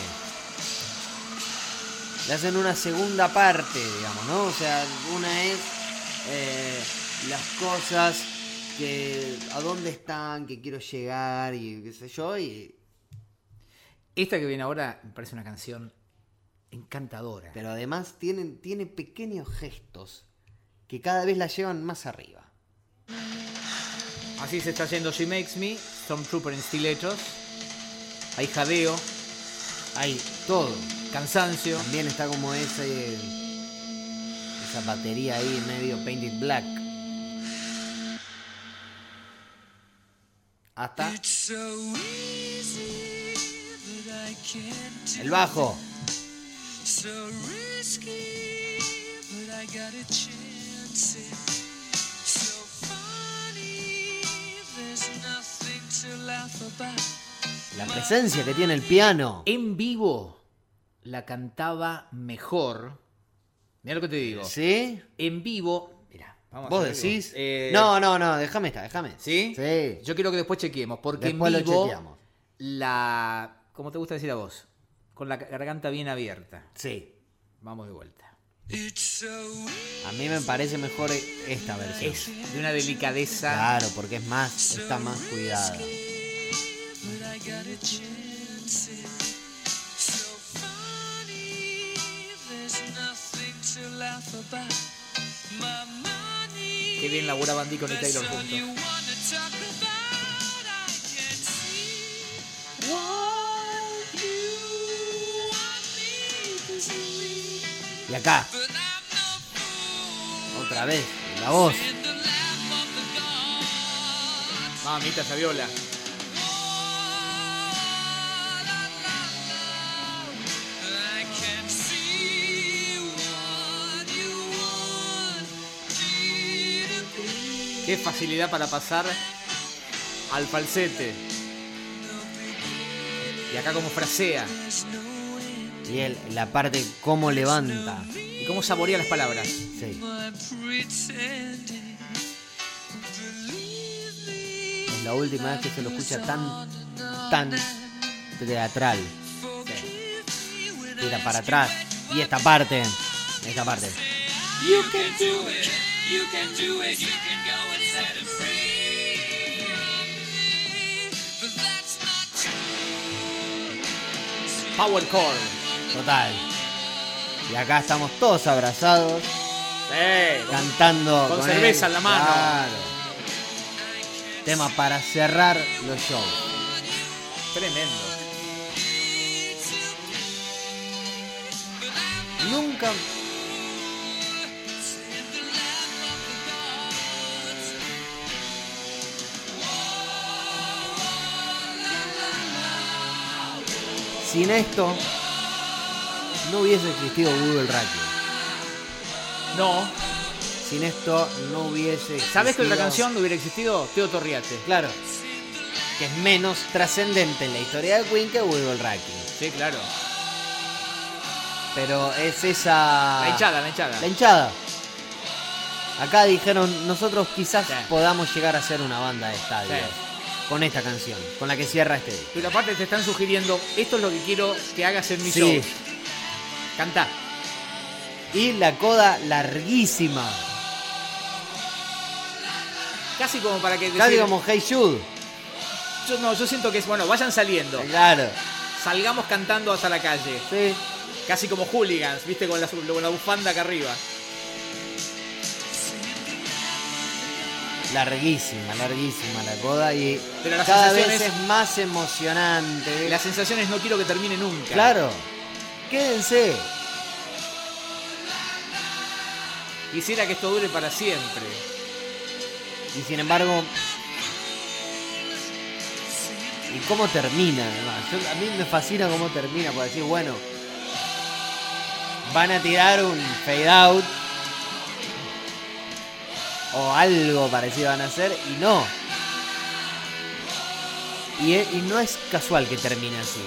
Le hacen una segunda parte, digamos, ¿no? O sea, una es eh, las cosas que a dónde están, que quiero llegar y qué sé yo, y Esta que viene ahora me parece una canción encantadora. pero además tienen, tiene pequeños gestos que cada vez la llevan más arriba. Así se está yendo She Makes Me, Stormtrooper en stilettos. Hay jadeo, Hay todo. cansancio. También está como ese esa batería ahí medio painted black. Hasta It's so easy, but I can't do el bajo. it. So risky, but I gotta chance it. So funny, there's nothing to laugh about. La presencia que tiene el piano. En vivo la cantaba mejor. Mira lo que te digo. ¿Sí? En vivo, mira, vamos a ¿Vos hacer algo. decís? Eh, No, no, no, déjame esta, déjame. ¿Sí? Sí. Yo quiero que después chequeemos, porque Después lo en vivo chequeamos. la, ¿cómo te gusta decir a vos? Con la garganta bien abierta. Sí. Vamos de vuelta. It's so easy, A mí me parece mejor esta versión. Es de una delicadeza. Claro, porque es más, está más cuidada. but I gotta chance it. So funny, there's nothing to laugh about. My money. Qué bien laburaban Deacon y Taylor That's all you juntos. wanna talk about. I can see what you want me to see. Y acá, But I'm no fool otra vez, la voz. in the lap of the gods. Mamita esa viola. Qué facilidad para pasar al falsete. Y acá como frasea. Y él, la parte cómo levanta. Y cómo saborea las palabras. Sí. Es la última vez que se lo escucha tan, tan teatral. Sí. Tira para atrás. Y esta parte. Esta parte. You can do it, you can do it, you can go and set it free. But that's not true. Power chord. Total. Y acá estamos todos abrazados. Sí. Cantando. Con con cerveza él. en la mano. Claro. Tema para cerrar los shows. Tremendo. Nunca. Sin esto no hubiese existido Google Ranking. No. Sin esto no hubiese existido. ¿Sabes que otra canción no hubiera existido? Teo Torriate. Claro. Que es menos trascendente en la historia de Queen que Google Ranking. Sí, claro. Pero es esa. La hinchada, la hinchada. La hinchada. Acá dijeron, nosotros quizás Sí. podamos llegar a ser una banda de estadios. Sí. Con esta canción, con la que cierra este disco. Pero aparte te están sugiriendo, esto es lo que quiero que hagas en mi Sí. show. Cantá. Y la coda larguísima. Casi como para que... Casi decir- como Hey Jude. Yo, no, yo siento que es, bueno, vayan saliendo. Claro. Salgamos cantando hasta la calle. Sí. Casi como hooligans, viste, con la, con la bufanda acá arriba. Larguísima, larguísima la coda y Pero la cada sensación vez es- es más emocionante. La sensación es no quiero que termine nunca. Claro. Quédense. Quisiera que esto dure para siempre. Y sin embargo... ¿Y cómo termina además? Yo- a mí me fascina cómo termina, por decir, bueno, van a tirar un fade out o algo parecido van a hacer y no. Y, e- y no es casual que termine así.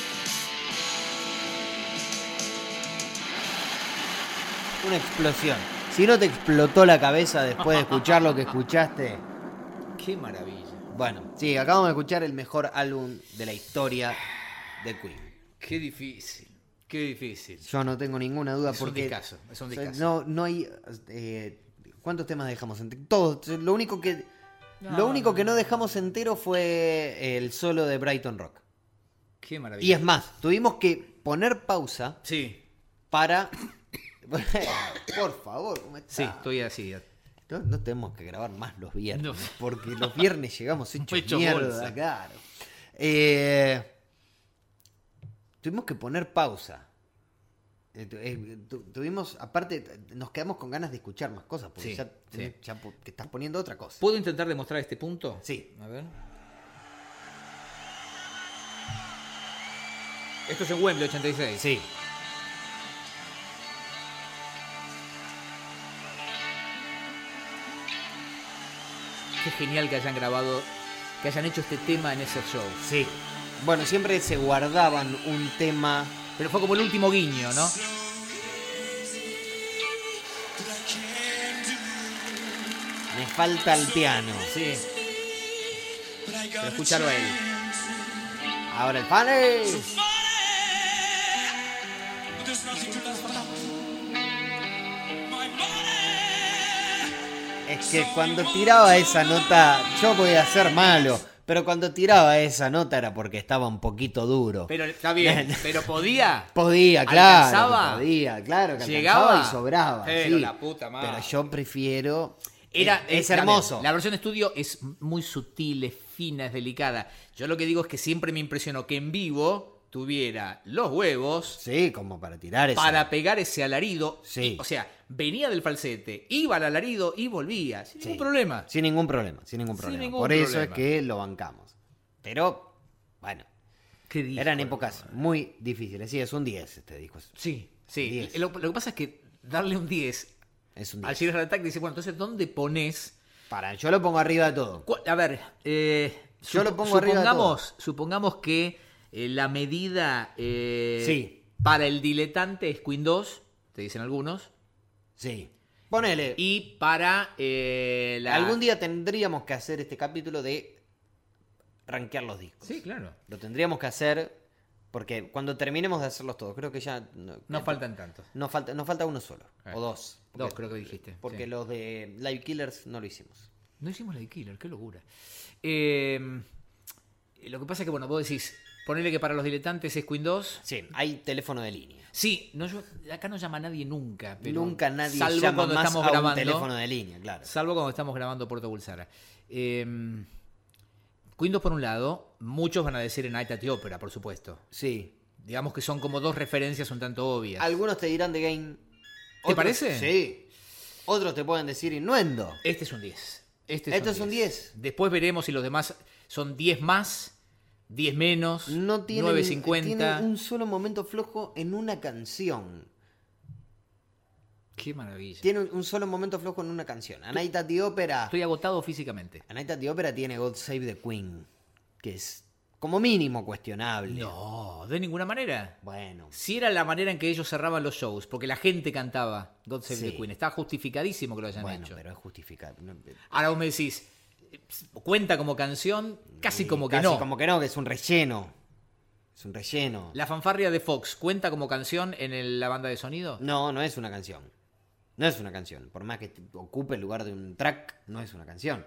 Una explosión. Si no te explotó la cabeza después de escuchar lo que escuchaste... Qué maravilla. Bueno, sí, acabamos de escuchar el mejor álbum de la historia de Queen. Qué difícil. Qué difícil. Yo no tengo ninguna duda Es un porque... discazo, es un o sea, discazo. no, no hay... eh, ¿Cuántos temas dejamos enteros? Todos. Lo único que... No, lo único que no. no dejamos entero fue el solo de Brighton Rock. Qué maravilla. Y es más, tuvimos que poner pausa Sí, para... Por favor, ¿cómo está? sí, estoy así. No, no tenemos que grabar más los viernes, No. porque los viernes llegamos hechos Hechos mierda, bolsa. claro. Eh, tuvimos que poner pausa. Eh, tu- eh, tu- tuvimos, aparte, t- nos quedamos con ganas de escuchar más cosas, porque Sí, ya, sí. ya po- te estás poniendo otra cosa. ¿Puedo intentar demostrar este punto? Sí. A ver. Esto es en Wembley ochenta y seis. Sí. Qué genial que hayan grabado, que hayan hecho este tema en ese show. Sí. Bueno, siempre se guardaban un tema. Pero fue como el último guiño, ¿no? Me falta el piano. Sí. Pero escucharlo a él. Ahora el pane. Es que cuando tiraba esa nota, yo podía ser malo, pero cuando tiraba esa nota era porque estaba un poquito duro. Pero está bien, pero podía. Podía, claro. ¿Alcanzaba? que Podía, claro, que ¿Llegaba? alcanzaba y sobraba. Pero sí. la puta madre. Pero yo prefiero. Era, es, es eh, hermoso. La versión estudio es muy sutil, es fina, es delicada. Yo lo que digo es que siempre me impresionó que en vivo tuviera los huevos Sí, como para tirar eso. para pegar ese alarido. Sí. O sea, venía del falsete, iba al alarido y volvía, sin Sí. ningún problema. Sin ningún problema, sin ningún Sin problema. ningún Por eso problema. es que lo bancamos. Pero, bueno, ¿Qué disco, eran el épocas loco? muy difíciles. Sí, es un diez este disco. es- Sí, sí. diez. Lo, lo que pasa es que darle un diez Es un al diez. Serious Attack dice, bueno, entonces, ¿dónde pones? Para, yo lo pongo arriba de todo. Cu- A ver, eh, Yo lo pongo arriba de supongamos, supongamos que eh, la medida eh, Sí. para el diletante es Queen dos, te dicen algunos, Sí. Ponele. y para eh, la... Algún día tendríamos que hacer este capítulo de rankear los discos. Sí, claro. Lo tendríamos que hacer porque cuando terminemos de hacerlos todos, creo que ya... No, No faltan tantos. Nos falta, nos falta uno solo. Eh. O dos. Porque- Dos, creo que dijiste. Porque sí. los de Live Killers no lo hicimos. No hicimos la de Killer, qué locura. Eh, lo que pasa es que, bueno, vos decís, ponele que para los diletantes es Queen dos. Sí, hay teléfono de línea. Sí, no, yo- acá no llama nadie nunca. Pero Nunca nadie salvo llama cuando más estamos a un grabando, teléfono de línea, claro. Salvo cuando estamos grabando Puerto Bulsara. Eh, Queen dos por un lado, muchos van a decir en Night at the Opera, por supuesto. Sí. Digamos que son como dos referencias un tanto obvias. Algunos te dirán The Game. ¿Te parece? Sí. Otros te pueden decir Innuendo. Este es un diez. Este Esto es un diez. Después veremos si los demás son diez más, diez menos, No tiene, nueve cincuenta. tiene un solo momento flojo en una canción. Qué maravilla. Tiene un, un solo momento flojo en una canción. A Night at the Opera. Estoy agotado físicamente. A Night at the Opera tiene God Save the Queen. Que es como mínimo cuestionable. No, de ninguna manera. Bueno. Si era la manera en que ellos cerraban los shows, porque la gente cantaba God Save Sí. the Queen. Está justificadísimo que lo hayan Bueno, hecho. pero es justificable. No, Ahora vos me decís, cuenta como canción, casi eh, como que casi no. como que no, que es un relleno. Es un relleno. ¿La fanfarria de Fox cuenta como canción en el- la banda de sonido? No, no es una canción. No es una canción. Por más que te- ocupe el lugar de un track, no es una canción.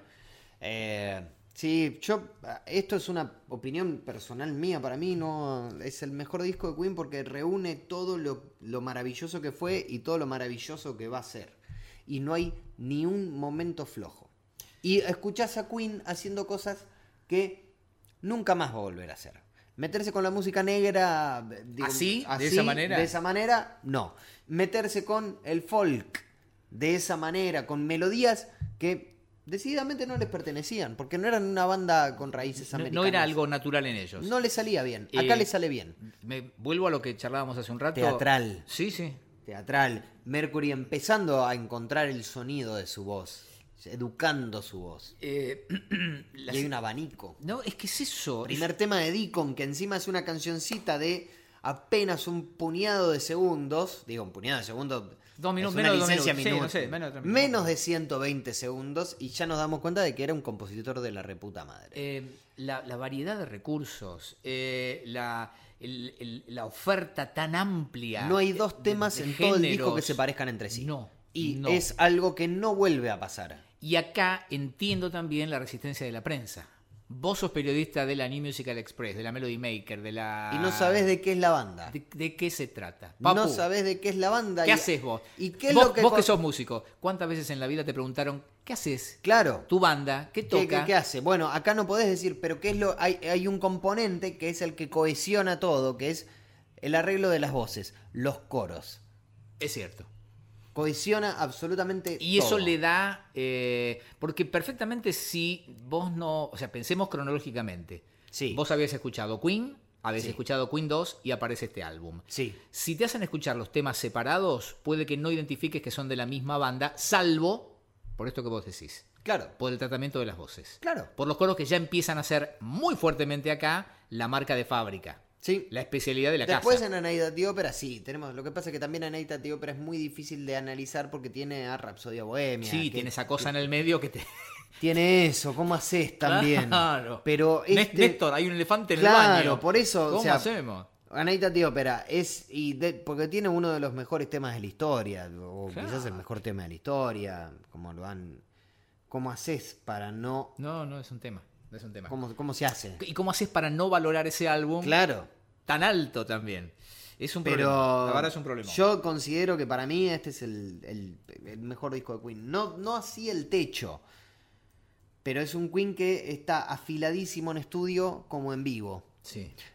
Eh, sí, yo. Esto es una opinión personal mía. Para mí no es el mejor disco de Queen porque reúne todo lo, lo maravilloso que fue y todo lo maravilloso que va a ser. Y no hay ni un momento flojo. Y escuchás a Queen haciendo cosas que nunca más va a volver a hacer. Meterse con la música negra digo, ¿Así? ¿De esa manera? De esa manera, no. Meterse con el folk de esa manera, con melodías que decididamente no les pertenecían, porque no eran una banda con raíces No, americanas. no era algo natural en ellos. No le salía bien. Acá Eh, le sale bien. Me vuelvo a lo que charlábamos hace un rato. Teatral. Sí, sí. Teatral. Mercury empezando a encontrar el sonido de su voz, educando su voz. Eh, las- Y hay un abanico. No, es que es eso. Primer tema de Deacon, que encima es una cancioncita de apenas un puñado de segundos. Digo, un puñado de segundos. Dos minutos, es una menos de dos licencia minutos. Sí, minuto. no sé, menos de tres minutos. Menos de ciento veinte segundos y ya nos damos cuenta de que era un compositor de la reputa madre. Eh, la, la variedad de recursos, eh, la, el- el- la oferta tan amplia. no hay dos de- temas de en todo el disco géneros. que se parezcan entre sí. No. Y no. es algo que no vuelve a pasar. Y acá entiendo también la resistencia de la prensa. Vos sos periodista de la New Musical Express, de la Melody Maker, de la... Y no sabés de qué es la banda. ¿De, de qué se trata? No Papu, sabés de qué es la banda. ¿Qué y- haces vos? ¿Y qué es vos, lo que vos que con- sos músico, ¿cuántas veces en la vida te preguntaron qué haces? Claro. Tu banda, ¿qué ¿Qué, toca? qué- qué hace? Bueno, acá no podés decir, pero ¿qué es lo? Hay, hay un componente que es el que cohesiona todo, que es el arreglo de las voces, los coros. Es cierto. Cohesiona absolutamente Y eso todo. le da, eh, porque perfectamente si vos no, o sea, pensemos cronológicamente. Sí. Vos habías escuchado Queen, habías Sí. escuchado Queen dos y aparece este álbum. Sí. Si te hacen escuchar los temas separados, puede que no identifiques que son de la misma banda, salvo por esto que vos decís, Claro. por el tratamiento de las voces. Claro. Por los coros que ya empiezan a ser muy fuertemente acá la marca de fábrica, Sí. la especialidad de la Después casa. en Aneida de Ópera sí, tenemos. Lo que pasa es que también Aneida de Ópera es muy difícil de analizar porque tiene a Rapsodia Bohemia. Sí, que- tiene esa cosa en el medio que te... Tiene eso, ¿cómo haces también? Claro. Pero Né- este... Néstor, hay un elefante en Claro, el baño. por eso, o ¿Cómo sea, hacemos? Anaita de Ópera es y de- porque tiene uno de los mejores temas de la historia o Claro. quizás el mejor tema de la historia, como lo han cómo haces para no No, no es un tema. No es un tema. cómo, cómo se hace. ¿Y cómo haces para no valorar ese álbum Claro, tan alto también? Es un pero problema. La verdad es un problema. yo considero que para mí este es el, el- el mejor disco de Queen. No, no así el techo, pero es un Queen que está afiladísimo en estudio como en vivo. Sí.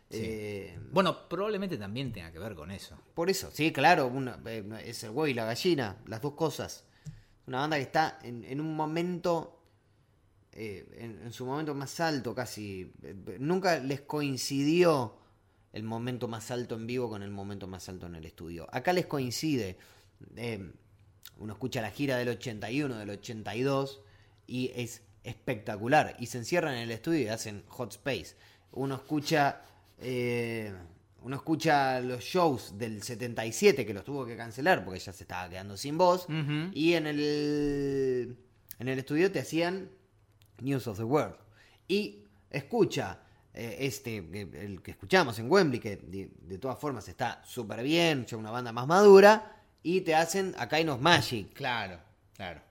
Sí. Eh, Bueno, probablemente también tenga que ver con eso. por eso, sí, claro, una- eh, es el huevo y la gallina, las dos cosas. Una banda que está en, en un momento, eh, en, en su momento más alto casi. Eh, nunca les coincidió el momento más alto en vivo con el momento más alto en el estudio. Acá les coincide. Eh, uno escucha la gira del ochenta y uno, del ochenta y dos y es espectacular. Y se encierran en el estudio y hacen Hot Space. Uno escucha... Eh, uno escucha los shows del setenta y siete que los tuvo que cancelar porque ya se estaba quedando sin voz. Ujú. Y en el en el estudio te hacían News of the World. Y escucha eh, este, que- el que escuchamos en Wembley, que de, de todas formas está súper bien, ya una banda más madura, y te hacen A Kind of Magic. Claro, claro.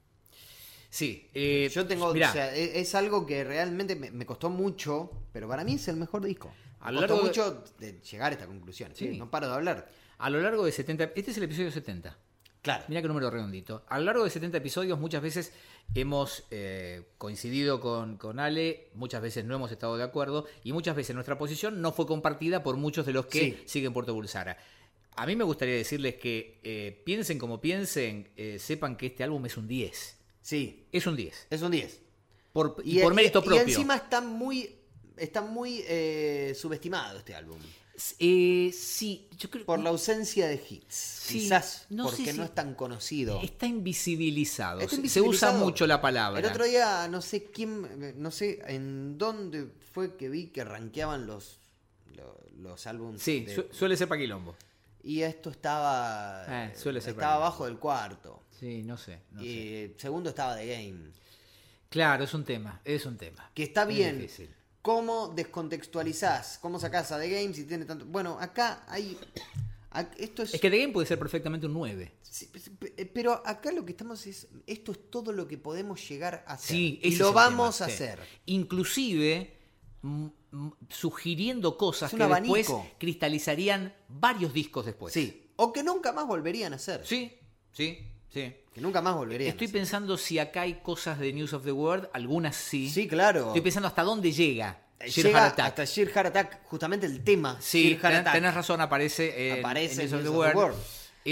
Sí. eh, Yo tengo, mirá, o sea, es, es algo que realmente me, me costó mucho, pero para mí es el mejor disco. A Me lo costó largo de- mucho de llegar a esta conclusión. Sí. ¿sí? No paro de hablar. a lo largo de setenta... Este es el episodio setenta. Claro. Mira qué número redondito. A lo largo de setenta episodios muchas veces hemos eh, coincidido con, con Ale, muchas veces no hemos estado de acuerdo y muchas veces nuestra posición no fue compartida por muchos de los que Sí. siguen Puerto Bulsara. A mí me gustaría decirles que eh, piensen como piensen, eh, sepan que este álbum es un diez. Sí, Es un diez. es un diez. Por, y, por mérito y propio. encima está muy, está muy eh, subestimado este álbum. Eh, sí, yo creo Por la ausencia de hits. Sí, Quizás no sé porque si- no es tan conocido. está invisibilizado. Está Se- Se usa invisibilizado. mucho la palabra. El otro día, no sé quién, no sé en dónde fue que vi que rankeaban los, los, los álbumes. Sí, de- su- suele ser Paquilombo. y esto estaba. Eh, suele ser Estaba para- abajo del cuarto. Sí, no sé. no sé. y segundo estaba The Game. Claro, es un tema, es un tema. Que está Es bien. difícil. ¿Cómo descontextualizás? ¿Cómo sacás a The Game si tiene tanto.? Bueno, acá hay. ac- Esto es. Es que The Game puede ser perfectamente un nueve. Sí, pe- Pero acá lo que estamos es. Esto es todo lo que podemos llegar a hacer. Sí, y ese lo es el vamos tema, a sí. hacer. Inclusive mm, mm, sugiriendo cosas Es un que abanico. después cristalizarían varios discos después. Sí. O que nunca más volverían a hacer. Sí, sí, sí. Que nunca más volverían Estoy a hacer. pensando si acá hay cosas de News of the World, algunas sí. Sí, claro. Estoy pensando hasta dónde llega. Sheer Llega Heart Attack. hasta Sheer Heart Attack, justamente el tema. Sí, Sheer Heart ten- Attack. tenés razón, aparece en, Aparece en News en of the News of the World. World.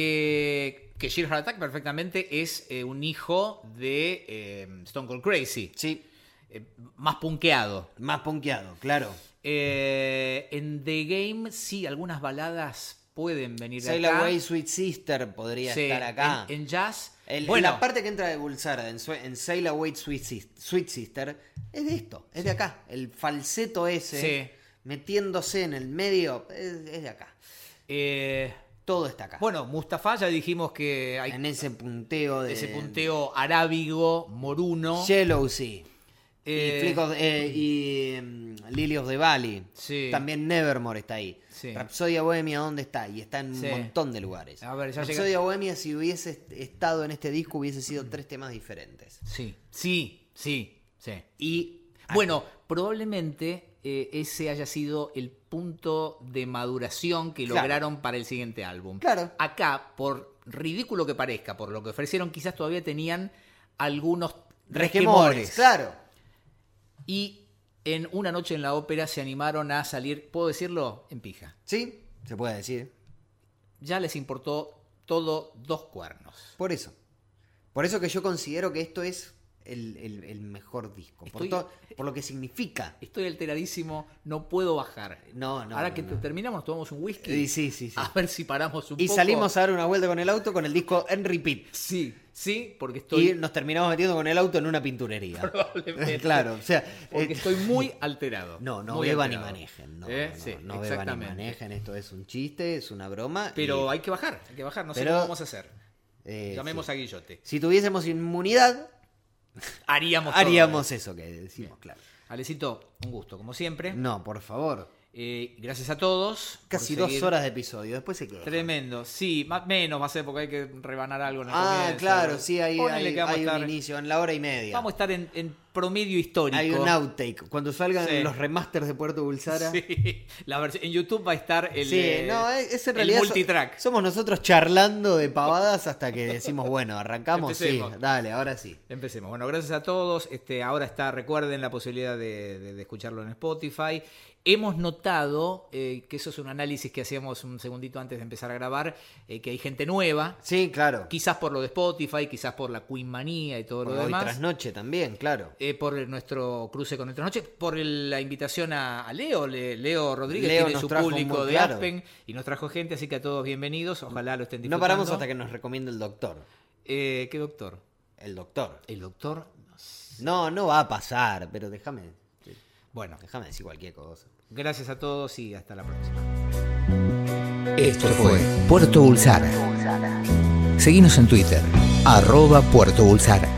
Eh, que Sheer Heart Attack perfectamente es eh, un hijo de eh, Stone Cold Crazy. Sí, Eh, más punkeado. más punkeado, claro. Eh, en The Game sí, algunas baladas pueden venir de Sail acá. Away Sweet Sister podría Sí, estar acá. En, en jazz. El- bueno, La parte que entra de Bulsara en, su- en Sail Away Sweet, Sis- Sweet Sister es de esto, es de acá. El falseto ese Sí. metiéndose en el medio es, es de acá. eh, Todo está acá. bueno, Mustafa ya dijimos que hay en ese punteo de ese punteo arábigo, moruno. Yellow sí. Eh, y Flick of- eh, y mm, Lily of the Valley. Sí. También Nevermore está ahí. Sí. Rhapsodia Bohemia, ¿dónde está? Y está en un Sí. montón de lugares. A ver, ya Rhapsodia llega- Bohemia, si hubiese est- estado en este disco, hubiese sido tres temas diferentes. Sí, sí, sí, sí. Y Bueno, probablemente eh, ese haya sido el punto de maduración que Claro. lograron para el siguiente álbum. Claro. Acá, por ridículo que parezca, por lo que ofrecieron, quizás todavía tenían algunos resquemores, resquemores. claro. Y en Una noche en la ópera se animaron a salir, ¿puedo decirlo? En pija. Sí, se puede decir. Ya les importó todo dos cuernos. Por eso. Por eso que yo considero que esto es el, el- el mejor disco. Por, Estoy- to- por lo que significa. Estoy alteradísimo, no puedo bajar. No, no. Ahora no, que no. terminamos, tomamos un whisky. Sí, sí, sí, sí. A ver si paramos un Y poco. salimos a dar una vuelta con el auto con el disco en repeat. Sí, sí, porque estoy... Y nos terminamos metiendo con el auto en una pinturería. Probablemente. Claro, o sea. Porque eh, estoy muy alterado. No, no muy beban ni alterado. manejen. No, ¿Eh? no, Sí, no, no beban ni exactamente. manejen. Esto es un chiste, es una broma. Pero y, hay que bajar, hay que bajar. No sé Pero- cómo vamos a hacer. eh, Llamemos sí. a Guillote. Si tuviésemos inmunidad, Haríamos todo. haríamos eso que decimos, claro. Alecito, un gusto, como siempre. No, por favor. Eh, gracias a todos. por Casi dos seguir. horas de episodio, después se queda. Tremendo. Sí, más menos va a ser porque hay que rebanar algo en el Ah, comienzo. claro, sí, hay, Ponele hay, que vamos a hay estar- un inicio en la hora y media. Vamos a estar en, en promedio histórico. Hay un outtake. Cuando salgan Sí. los remasters de Puerto Bulsara. Sí, Sí, la versión, en YouTube va a estar el, eh, no, es es en el realidad. so- multitrack. Somos nosotros charlando de pavadas hasta que decimos, bueno, arrancamos. Empecemos. Sí, dale, ahora sí. Empecemos. Bueno, gracias a todos. Este, ahora está, recuerden la posibilidad de, de- de escucharlo en Spotify. Hemos notado, eh, que eso es un análisis que hacíamos un segundito antes de empezar a grabar, eh, que hay gente nueva, Sí, claro. quizás por lo de Spotify, quizás por la Queen Manía y todo Por lo hoy demás. tras noche también, claro. Eh, por el- nuestro cruce con Nuestra Noche, por el- la invitación a, a Leo. Le- Leo Rodríguez Leo tiene nos su trajo público muy de claro. Aspen y nos trajo gente, así que a todos bienvenidos. Ojalá lo estén No disfrutando. paramos hasta que nos recomiende el doctor. Eh, ¿Qué doctor? El doctor. El doctor. No sé. No, no va a pasar, pero déjame, Bueno, déjame decir cualquier cosa. gracias a todos y hasta la próxima. Esto fue Puerto Bulsara. Seguinos en Twitter, arroba Puerto Bulsara.